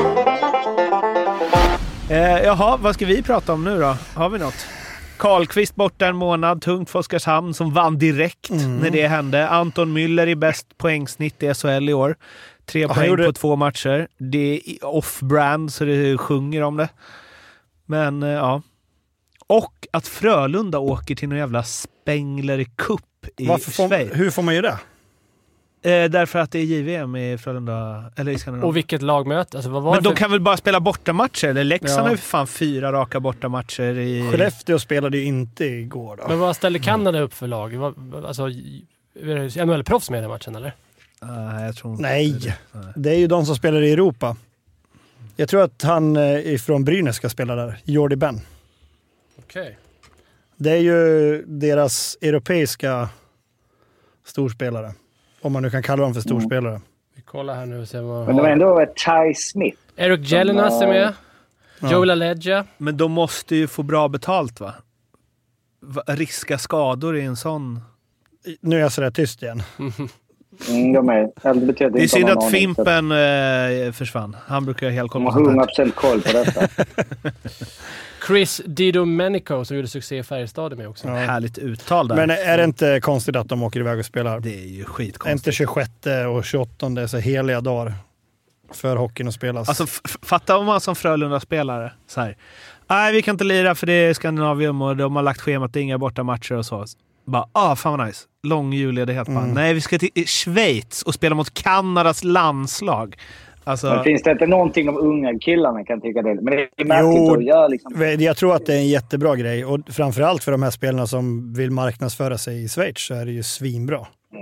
S7: Jaha, vad ska vi prata om nu då? Har vi något? Karlqvist borta en månad, tungt för Oskarshamn som vann direkt när det hände. Anton Müller i bäst poängsnitt i SHL i år. 3 poäng på 2 matcher. Det är off-brand så det sjunger om det. Men ja. Och att Frölunda åker till någon jävla Spengler Cup i Schweiz.
S8: Hur får man ju det?
S7: Därför att det är JVM i Frölunda eller i Skandinavien.
S9: Och vilket lagmöte? Alltså,
S7: men de kan väl bara spela bortamatcher? Eller Leksand har ju fan 4 raka bortamatcher i...
S8: Skellefteå spelade ju inte igår då.
S9: Men vad ställde Kanada upp för lag? Alltså, NHL-proffs med i den matchen, eller?
S7: Jag tror
S8: Nej, det är ju de som spelar i Europa. Jag tror att han ifrån Brynäs ska spela där. Jordi Ben.
S9: Okej.
S8: Det är ju deras europeiska storspelare. Om man nu kan kalla dem för storspelare.
S9: Vi kollar här nu och ser vad...
S2: Men de är ändå Ty Smith.
S9: Eric Jelinas är med. Joel Aledja.
S7: Men de måste ju få bra betalt, va? Riska skador i en sån...
S8: Nu är jag sådär tyst igen.
S2: De är...
S7: Det är synd att Fimpen försvann. Han brukar helt koll på
S2: sånt. 100% koll på detta.
S9: Chris Didomenico som gjorde succé i Färjestad med också.
S7: Ja. Härligt uttal där.
S8: Men är det inte konstigt att de åker iväg och spelar?
S7: Det är ju skitkonstigt.
S8: Inte 26 och 28 är så heliga dagar för hockeyn att spelas.
S7: Alltså fatta om man som Frölunda-spelare så här. Nej, vi kan inte lira för det är Skandinavium och de har lagt schemat inga borta matcher och så. Bara, fan vad nice. Lång julledighet. Nej, vi ska till Schweiz och spela mot Kanadas landslag. Alltså...
S2: Men finns det inte någonting de unga killarna kan tycka det? Men det är märkligt att göra liksom...
S8: Jag tror att det är en jättebra grej. Och framförallt för de här spelarna som vill marknadsföra sig i Schweiz så är det ju svinbra.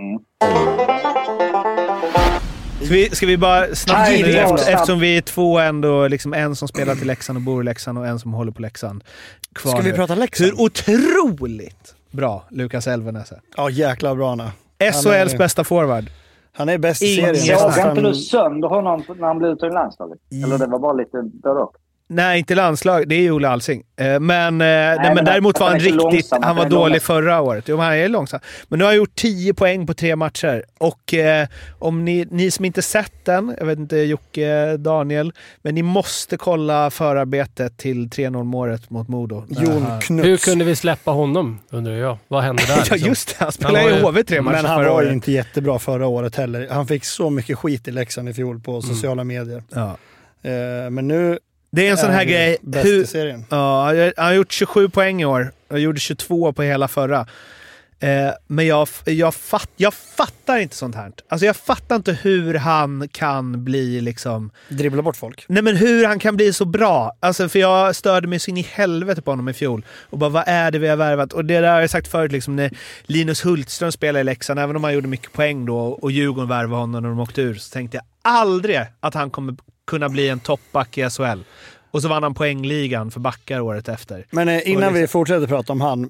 S7: Ska vi bara snabbt eftersom vi är 2 ändå, liksom en som spelar till Leksand och bor i Leksand och en som håller på Leksand kvar.
S8: Ska vi prata Leksand?
S7: Hur otroligt bra, Lukas Elvenäs.
S8: Ja, jäkla bra han.
S7: SHLs bästa forward.
S8: Han är bäst i serien.
S2: Såg inte du sönder honom när han blev ute i landslaget? Eller det var bara lite dörr.
S7: Nej, inte landslag. Det är ju Ola Alsing. Men däremot var han riktigt... Han var dålig förra året. Jo, han är långsam. Men nu har han gjort 10 poäng på 3 matcher. Och om ni som inte sett den, jag vet inte, Jocke, Daniel, men ni måste kolla förarbetet till 3-0-målet mot Modo.
S8: Jon Knuts.
S9: Hur kunde vi släppa honom, undrar jag. Vad hände där?
S7: Ja, just det. Han spelade i HV 3 matcher.
S8: Men han var ju inte jättebra förra året heller. Han fick så mycket skit i Leksand i fjol på sociala medier.
S7: Ja.
S8: Men nu...
S7: Det är en sån här grej.
S8: Bäst i serien.
S7: Ja, han har gjort 27 poäng i år. Jag gjorde 22 på hela förra. Men jag fattar inte sånt här. Alltså jag fattar inte hur han kan bli liksom...
S8: Dribbla bort folk.
S7: Nej, men hur han kan bli så bra. Alltså för jag störde mig så in i helvete på honom i fjol. Och bara, vad är det vi har värvat? Och det där har jag sagt förut liksom, när Linus Hultström spelade i Leksand, även om han gjorde mycket poäng då och Djurgården värvade honom när de åkte ur, så tänkte jag aldrig att han kommer kunna bli en toppback i SHL. Och så vann han poängligan för backar året efter.
S8: Men innan vi fortsätter prata om han,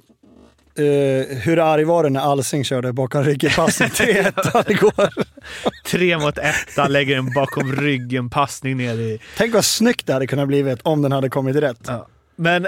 S8: hur arg var det när Alsing körde bakom ryggen passning 3-1 igår?
S7: 3-1, lägger en bakom ryggen passning ner i...
S8: Tänk vad snyggt det hade kunnat blivit om den hade kommit rätt.
S7: Ja. Men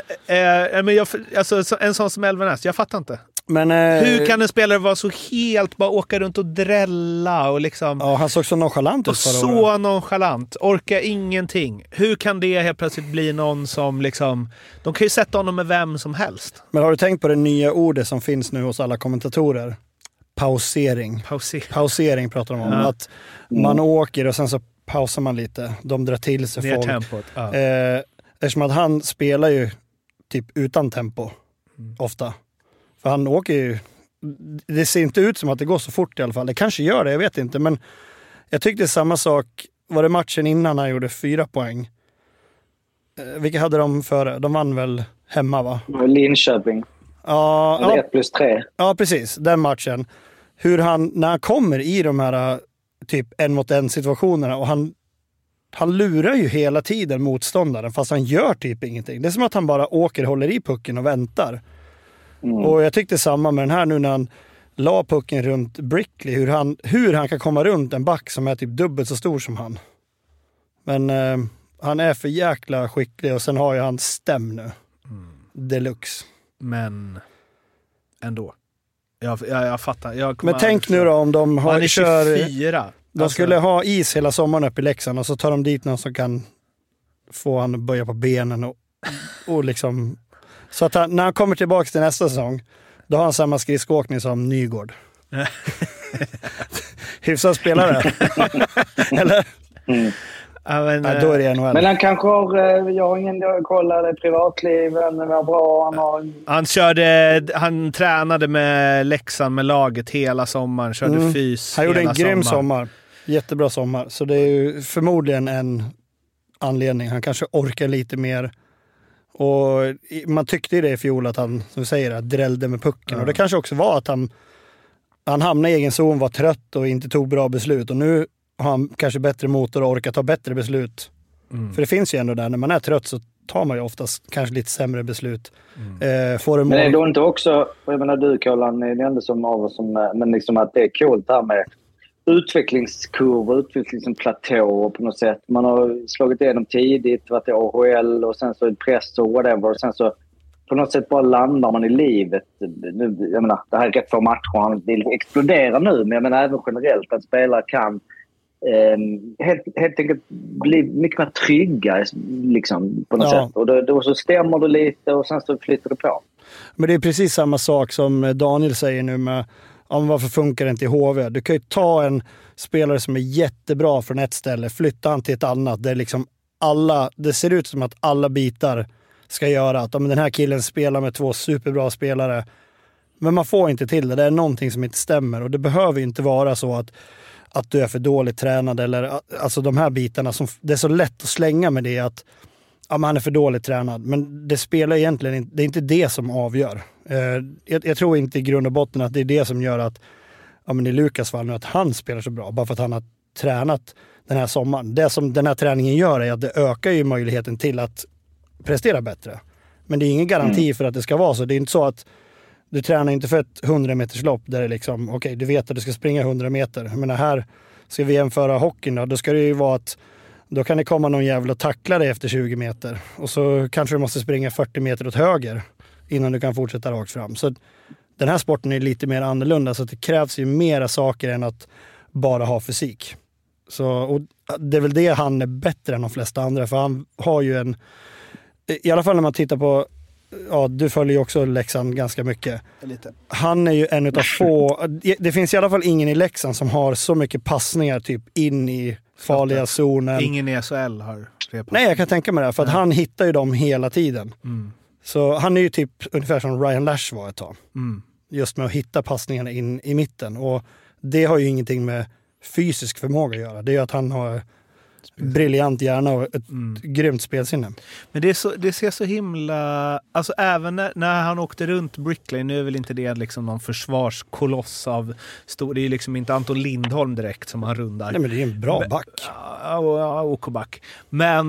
S7: en sån som Elvenäs, jag fattar inte.
S8: Men,
S7: hur kan en spelare vara så helt, bara åka runt och drälla och liksom...
S8: Ja, han såg så nonchalant ut förra året.
S7: Så nonchalant, orkar ingenting. Hur kan det helt plötsligt bli någon som liksom... De kan ju sätta honom med vem som helst.
S8: Men har du tänkt på det nya ordet som finns nu hos alla kommentatorer? Pausering. Pausering pratar de om. Ja. Att man åker och sen så pausar man lite. De drar till sig folk.
S7: Tempot. Ja.
S8: Eftersom att han spelar ju typ utan tempo. Ofta. För han åker ju... Det ser inte ut som att det går så fort i alla fall. Det kanske gör det, jag vet inte. Men jag tyckte samma sak. Var det matchen innan han gjorde 4 poäng? Vilka hade de före? De vann väl hemma, va?
S2: Linköping.
S8: Ja,
S2: 1+3.
S8: Ja, precis. Den matchen. Hur han, när han kommer i de här typ 1-mot-1 situationerna och han lurar ju hela tiden motståndaren fast han gör typ ingenting. Det är som att han bara åker, håller i pucken och väntar. Och jag tyckte samma med den här nu när han la pucken runt Brickley. Hur han kan komma runt en back som är typ dubbelt så stor som han. Men han är för jäkla skicklig och sen har ju han stäm nu. Deluxe.
S7: Men ändå. Jag fattar.
S8: Men tänk nu då om de har...
S7: Han är 24.
S8: De skulle ha is hela sommaren upp i Leksand och så tar de dit någon som kan få han att böja på benen och liksom... Så att när han kommer tillbaka till nästa säsong, då har han samma skridskoåkning som Nygård. Hyfsad spelare. Eller? Nej, då är det NHL.
S2: Men han kanske har... Jag har ingen kollade privatliven, var bra. Han
S7: tränade med Leksand med laget hela sommaren. Körde fys.
S8: Han gjorde en grym sommar. Jättebra sommar. Så det är ju förmodligen en anledning. Han kanske orkar lite mer. Och man tyckte ju det i fjol att han, som du säger, drällde med pucken. Och det kanske också var att han hamnade i egen zon, var trött och inte tog bra beslut. Och nu har han kanske bättre motor och orkar ta bättre beslut. För det finns ju ändå där, när man är trött så tar man ju oftast kanske lite sämre beslut.
S2: Men är det inte också, jag menar du Colin, är det enda som av oss som, men liksom att det är coolt här med utvecklingskurvor, utvecklingsplatå på något sätt. Man har slagit igenom tidigt, varit i AHL och sen så i press och whatever. Och sen så på något sätt bara landar man i livet. Nu, jag menar, det här är rätt få matcher. Han vill explodera nu, men jag menar även generellt att spelare kan helt enkelt bli mycket mer trygga liksom, på något sätt. Och då så stämmer det lite och sen så flyttar det på.
S8: Men det är precis samma sak som Daniel säger nu med varför funkar det inte i HV? Du kan ju ta en spelare som är jättebra från ett ställe, flytta han till ett annat där liksom det ser ut som att alla bitar ska göra att den här killen spelar med 2 superbra spelare. Men man får inte till det. Det är någonting som inte stämmer och det behöver inte vara så att du är för dåligt tränad eller alltså de här bitarna som det är så lätt att slänga med det att han är för dåligt tränad. Men det spelar egentligen inte, det är inte det som avgör. Jag tror inte i grund och botten att det är det som gör att i Lukas fall nu att han spelar så bra. Bara för att han har tränat den här sommaren. Det som den här träningen gör är att det ökar ju möjligheten till att prestera bättre. Men det är ingen garanti för att det ska vara så. Det är inte så att Du tränar inte för ett 100-meterslopp där det liksom, okej, du vet att du ska springa 100 meter. Jag menar, här ska vi jämföra hockeyn då ska det ju vara att då kan det komma någon jävla och tackla dig efter 20 meter. Och så kanske du måste springa 40 meter åt höger innan du kan fortsätta rakt fram. Så den här sporten är lite mer annorlunda, så att det krävs ju mera saker än att bara ha fysik. Så, och det är väl det han är bättre än de flesta andra, för han har ju en, i alla fall när man tittar på, ja, du följer ju också Leksand ganska mycket. Lite. Han är ju en utav få, det finns i alla fall ingen i Leksand som har så mycket passningar typ in i farliga zonen.
S7: Ingen i SHL har fler.
S8: Nej, jag kan tänka mig det, för att han hittar ju dem hela tiden. Så han är ju typ ungefär som Ryan Lash var ett tag. Just med att hitta passningarna in i mitten. Och det har ju ingenting med fysisk förmåga att göra. Det är ju att han har briljant hjärna och ett grymt spelsinne. Men
S7: det ser så himla... Alltså även när han åkte runt Brickley, nu är väl inte det liksom någon försvarskoloss av stor... Det är liksom inte Anton Lindholm direkt som han rundar.
S8: Nej, men det är en bra back.
S7: Ja, OK-back. Men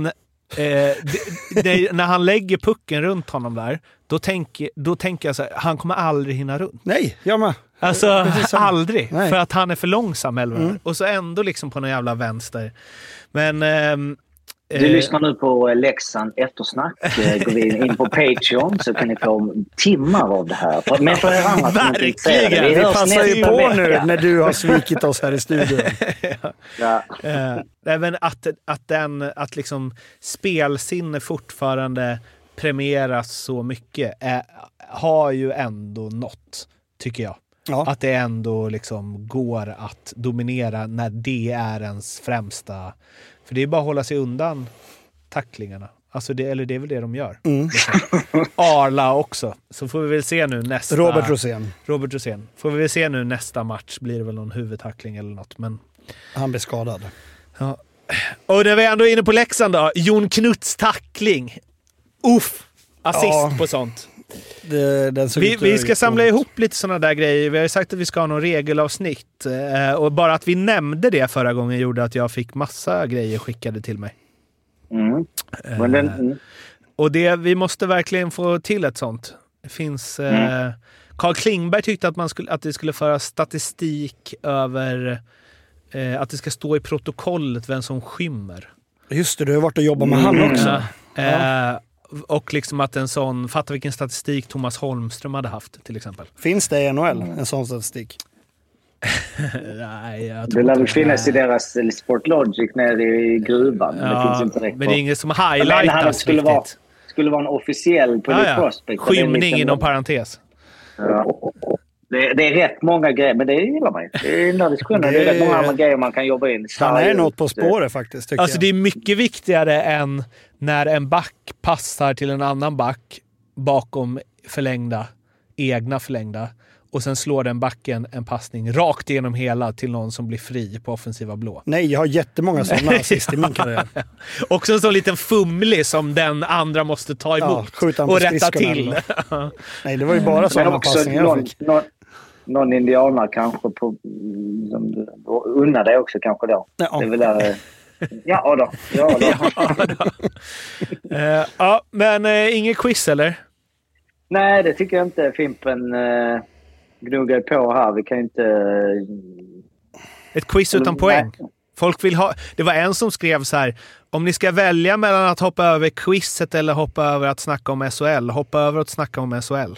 S7: när han lägger pucken runt honom där, då tänker jag så här, han kommer aldrig hinna runt.
S8: Nej, jag med.
S7: Alltså aldrig. Nej. För att han är för långsam eller och så ändå liksom på någon jävla vänster. Men
S2: du lyssnar nu på Leksand eftersnack. Går vi in på Patreon så kan ni få timmar av det här. Men för er andra som inte
S8: ser det. Vi passar ju på nu när du har svikit oss här i studion.
S2: Ja.
S7: Även att liksom spelsinne fortfarande premieras så mycket har ju ändå något, tycker jag. Ja. Att det ändå liksom går att dominera när det är ens främsta. För det är bara att hålla sig undan tacklingarna. Alltså det är väl det de gör. Arla också. Så får vi väl se nu nästa... Robert Rosén. Får vi väl se nu nästa match. Blir det väl någon huvudtackling eller något. Men... Han blir skadad. Ja. Och när vi är ändå inne på Leksand då. Jon Knuts tackling. Assist på sånt. Vi ska samla ihop lite sådana där grejer. Vi har ju sagt att vi ska ha någon regelavsnitt. Och bara att vi nämnde det förra gången gjorde att jag fick massa grejer skickade till mig. Och vi måste verkligen få till ett sånt. Det finns... Carl Klingberg tyckte att det skulle föra statistik över... att det ska stå i protokollet vem som skymmer. Just det, du har varit och jobbat med han också. Och liksom att en sån, fatta vilken statistik Thomas Holmström hade haft till exempel. Finns det i NHL en sån statistik? Nej, jag tror
S2: det lär väl finnas i deras Sportlogic nere i gruvan. Men det finns inte direkt.
S7: Men det är inget som highlightas
S2: skulle vara en officiell prospect.
S7: Skymning inom parentes.
S2: Ja. Det är rätt många grejer, men det gillar mig. Det är den diskussionen. Det är rätt många andra grejer man kan jobba in.
S8: Han är något på spåret faktiskt, tycker
S7: jag. Det är mycket viktigare än när en back passar till en annan back bakom egna förlängda. Och sen slår den backen en passning rakt igenom hela till någon som blir fri på offensiva blå. Nej, jag har jättemånga sådana assist i min karriär. Också en sån liten fumlig som den andra måste ta emot och rätta till. Nej, det var ju bara sådana passningar jag fick.
S2: Någon indianer kanske unnar det också kanske då. Ja. Det är väl där... Ja då.
S7: Ja, men inget quiz eller?
S2: Nej, det tycker jag inte. Fimpen gnuggar på här. Vi kan inte...
S7: Ett quiz utan poäng. Folk vill ha... Det var en som skrev så här: om ni ska välja mellan att hoppa över quizet eller hoppa över att snacka om SHL. Hoppa över att snacka om SHL.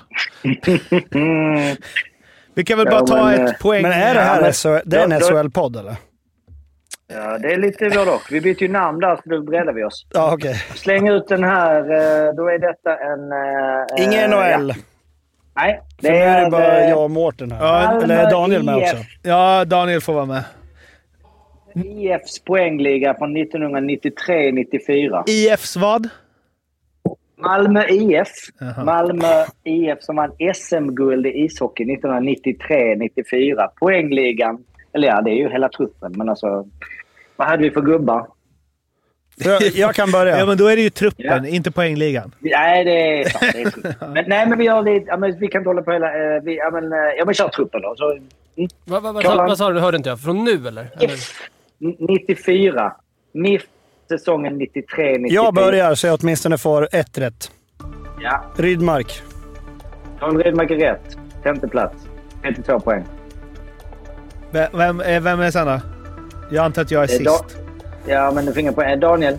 S7: Vi kan väl bara ta ett poäng. Men är det här det är en SHL-podd eller?
S2: Ja, det är lite både och. Vi byter ju namn där, så då breddar vi oss.
S8: Ja, okej.
S2: Släng ut den här, då är detta en...
S8: Ingen NHL.
S2: Ja. Nej,
S8: det är bara jag och Mårten här. Ja, eller Daniel med också.
S7: Ja, Daniel får vara med.
S2: IFs poängliga från 1993-94.
S7: IFs vad?
S2: Malmö IF. Aha. Malmö IF som vann SM-guld i ishockey 1993-94. Poängligan. Eller ja, det är ju hela truppen. Men alltså, vad hade vi för gubbar?
S8: Jag kan börja.
S7: Ja, men då är det ju truppen, inte poängligan.
S2: Nej, det är sant. Men vi gör det. Ja, men vi kan hålla på hela... men kör truppen då. Så,
S9: vad sa du? Hörde inte jag? Från nu, eller?
S2: 94. MIF säsongen 93-94.
S8: Jag börjar så jag åtminstone får ett rätt.
S2: Ja.
S8: Rydmark.
S2: Rydmark är rätt. 5:e plats. 32 poäng.
S7: Vem är sen då? Jag antar att jag är sist.
S2: Ja, men du fick ingen poäng. Daniel.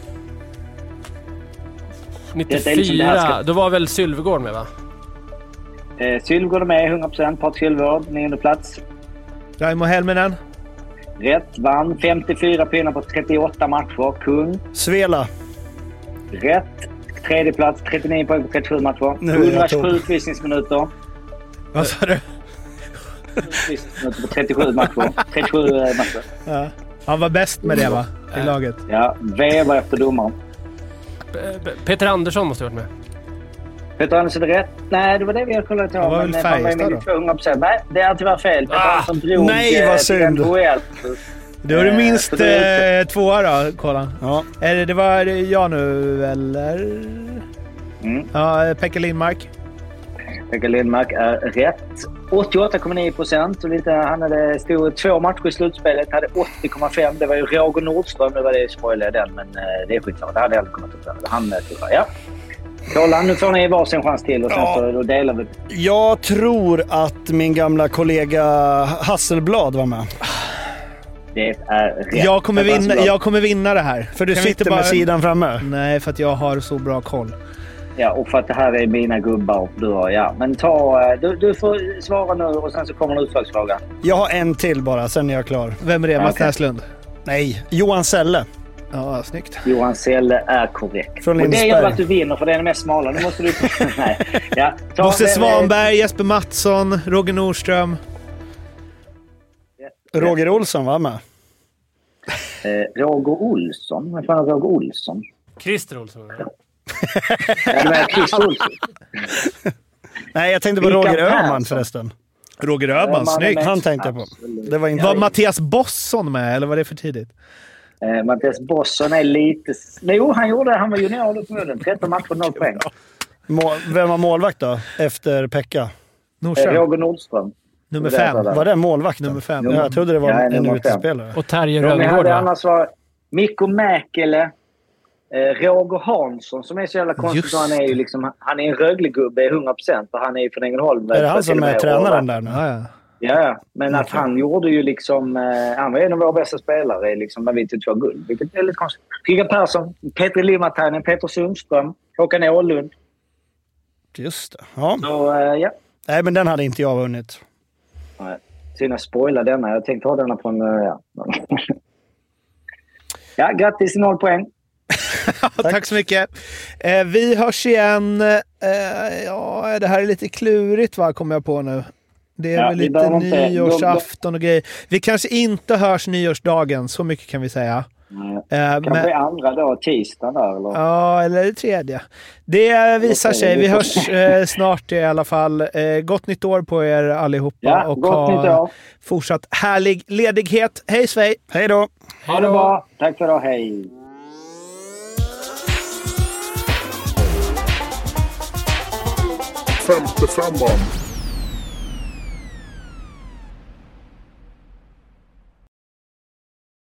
S9: 94. Då var väl Sylvegård med, va?
S2: Sylvegård är med, 100%. Patrik Sylvegård, 9:e plats.
S7: Raimo Helminen.
S2: Rätt, vann 54 pinnar på 38 matcher. Kung.
S8: Svela.
S2: Rätt, 3:e plats, 39 poäng på 37 matcher. 127 utvisningsminuter.
S7: Vad sa du?
S2: Utvisningsminuter på 37 matcher. 37 matcher.
S7: Ja. Han var bäst med det, va? I laget.
S2: Ja, veva efter domaren.
S9: Peter Andersson måste ha varit med.
S2: Peter Andersson är rätt. Nej, det var det vi har kollat på.
S7: Det var väl Färjestad då?
S2: 200%. Nej, det är tyvärr fel. Peter Andersson drog...
S8: Nej, vad synd.
S7: Det var det minst 2 då, kolla. Ja. Det var jag nu, eller? Ja, Pekka Lindmark.
S2: Pekka Lindmark är rätt. 88,9%. Och lite, han hade stod 2 matcher i slutspelet. Hade 80,5%. Det var ju Roger Nordström. Det var det spoilade den, men det är skitsamma. Det hade jag aldrig kommit upp där. Han tyvärr, ja. Kolla, nu får ni varsin chans till och sen så då delar vi.
S8: Jag tror att min gamla kollega Hasselblad var med.
S2: Det är rätt.
S7: Jag kommer vinna det här.
S8: För du sitter med sidan framme?
S7: Nej, för att jag har så bra koll.
S2: Ja, och för att det här är mina gubbar och du har, ja. Men du får svara nu och sen så kommer en utslagsfråga.
S8: Jag har en till bara, sen är jag klar.
S7: Vem är det? Mats Näslund?
S8: Nej, Johan Selle.
S7: Ja, snyggt.
S2: Johan Selle är korrekt.
S8: Från
S2: och det gör att du vinner, för det är den mest smala. Nu måste du... Nej. Ja,
S7: Bosse Svanberg, Jesper Mattsson, Roger Nordström.
S8: Roger Olsson var med.
S2: Roger Olsson? Vad fan är Roger Olsson?
S9: Christer Olsson.
S2: Christer Olsson.
S8: Nej, jag tänkte på Roger Öhman förresten.
S7: Roger Öhman, snyggt.
S8: Han tänkte jag på. Det var inte...
S7: Var Mattias Bosson med, eller var det för tidigt?
S2: Mattias Bosson är lite... Jo, han var junior på munnen. 13 matcher, 0 poäng.
S8: Vem var målvakt då? Efter Pekka?
S2: Roger Nordström.
S7: Nummer 5.
S8: Var det målvakt?
S7: Nummer 5.
S8: Ja, jag trodde det var en utespelare.
S9: Och Terje Rönnegård.
S2: Annars var Mikko Mäkele, Roger Hansson, som är så jävla konstigt. Han är ju liksom, han är en Rögle-gubbe 100%, och han är ju från Ängelholm.
S8: Är det han som är tränaren där nu?
S2: Ja, men att han gjorde ju liksom... han var en av våra bästa spelare liksom, när vi tog 2 guld. Vilket är lite konstigt. Rickard Persson, Petri Limatainen, Peter Sundström, Håkan Åhlund.
S8: Just det. Ja.
S2: Så, ja.
S8: Nej, men den hade inte jag vunnit.
S2: Nej. Synd att spoila denna. Jag tänkte ha denna på en... Ja, grattis, 0 poäng.
S7: Tack så mycket. Vi hörs igen. Det här är lite klurigt, va, kommer jag på nu. Det är väl lite nyårsafton och grejer. Vi kanske inte hörs nyårsdagen, så mycket kan vi säga.
S2: Kanske andra dag, tisdag där, eller?
S7: Ja, eller 3:e. Det visar sig. Vi hörs snart i alla fall. Gott nytt år på er allihopa.
S2: Ja,
S7: och
S2: gott nytt år.
S7: Fortsatt härlig ledighet. Hej Svej!
S8: Hej då!
S2: Ha det bra. Tack för idag. Hej!
S12: Femte femman.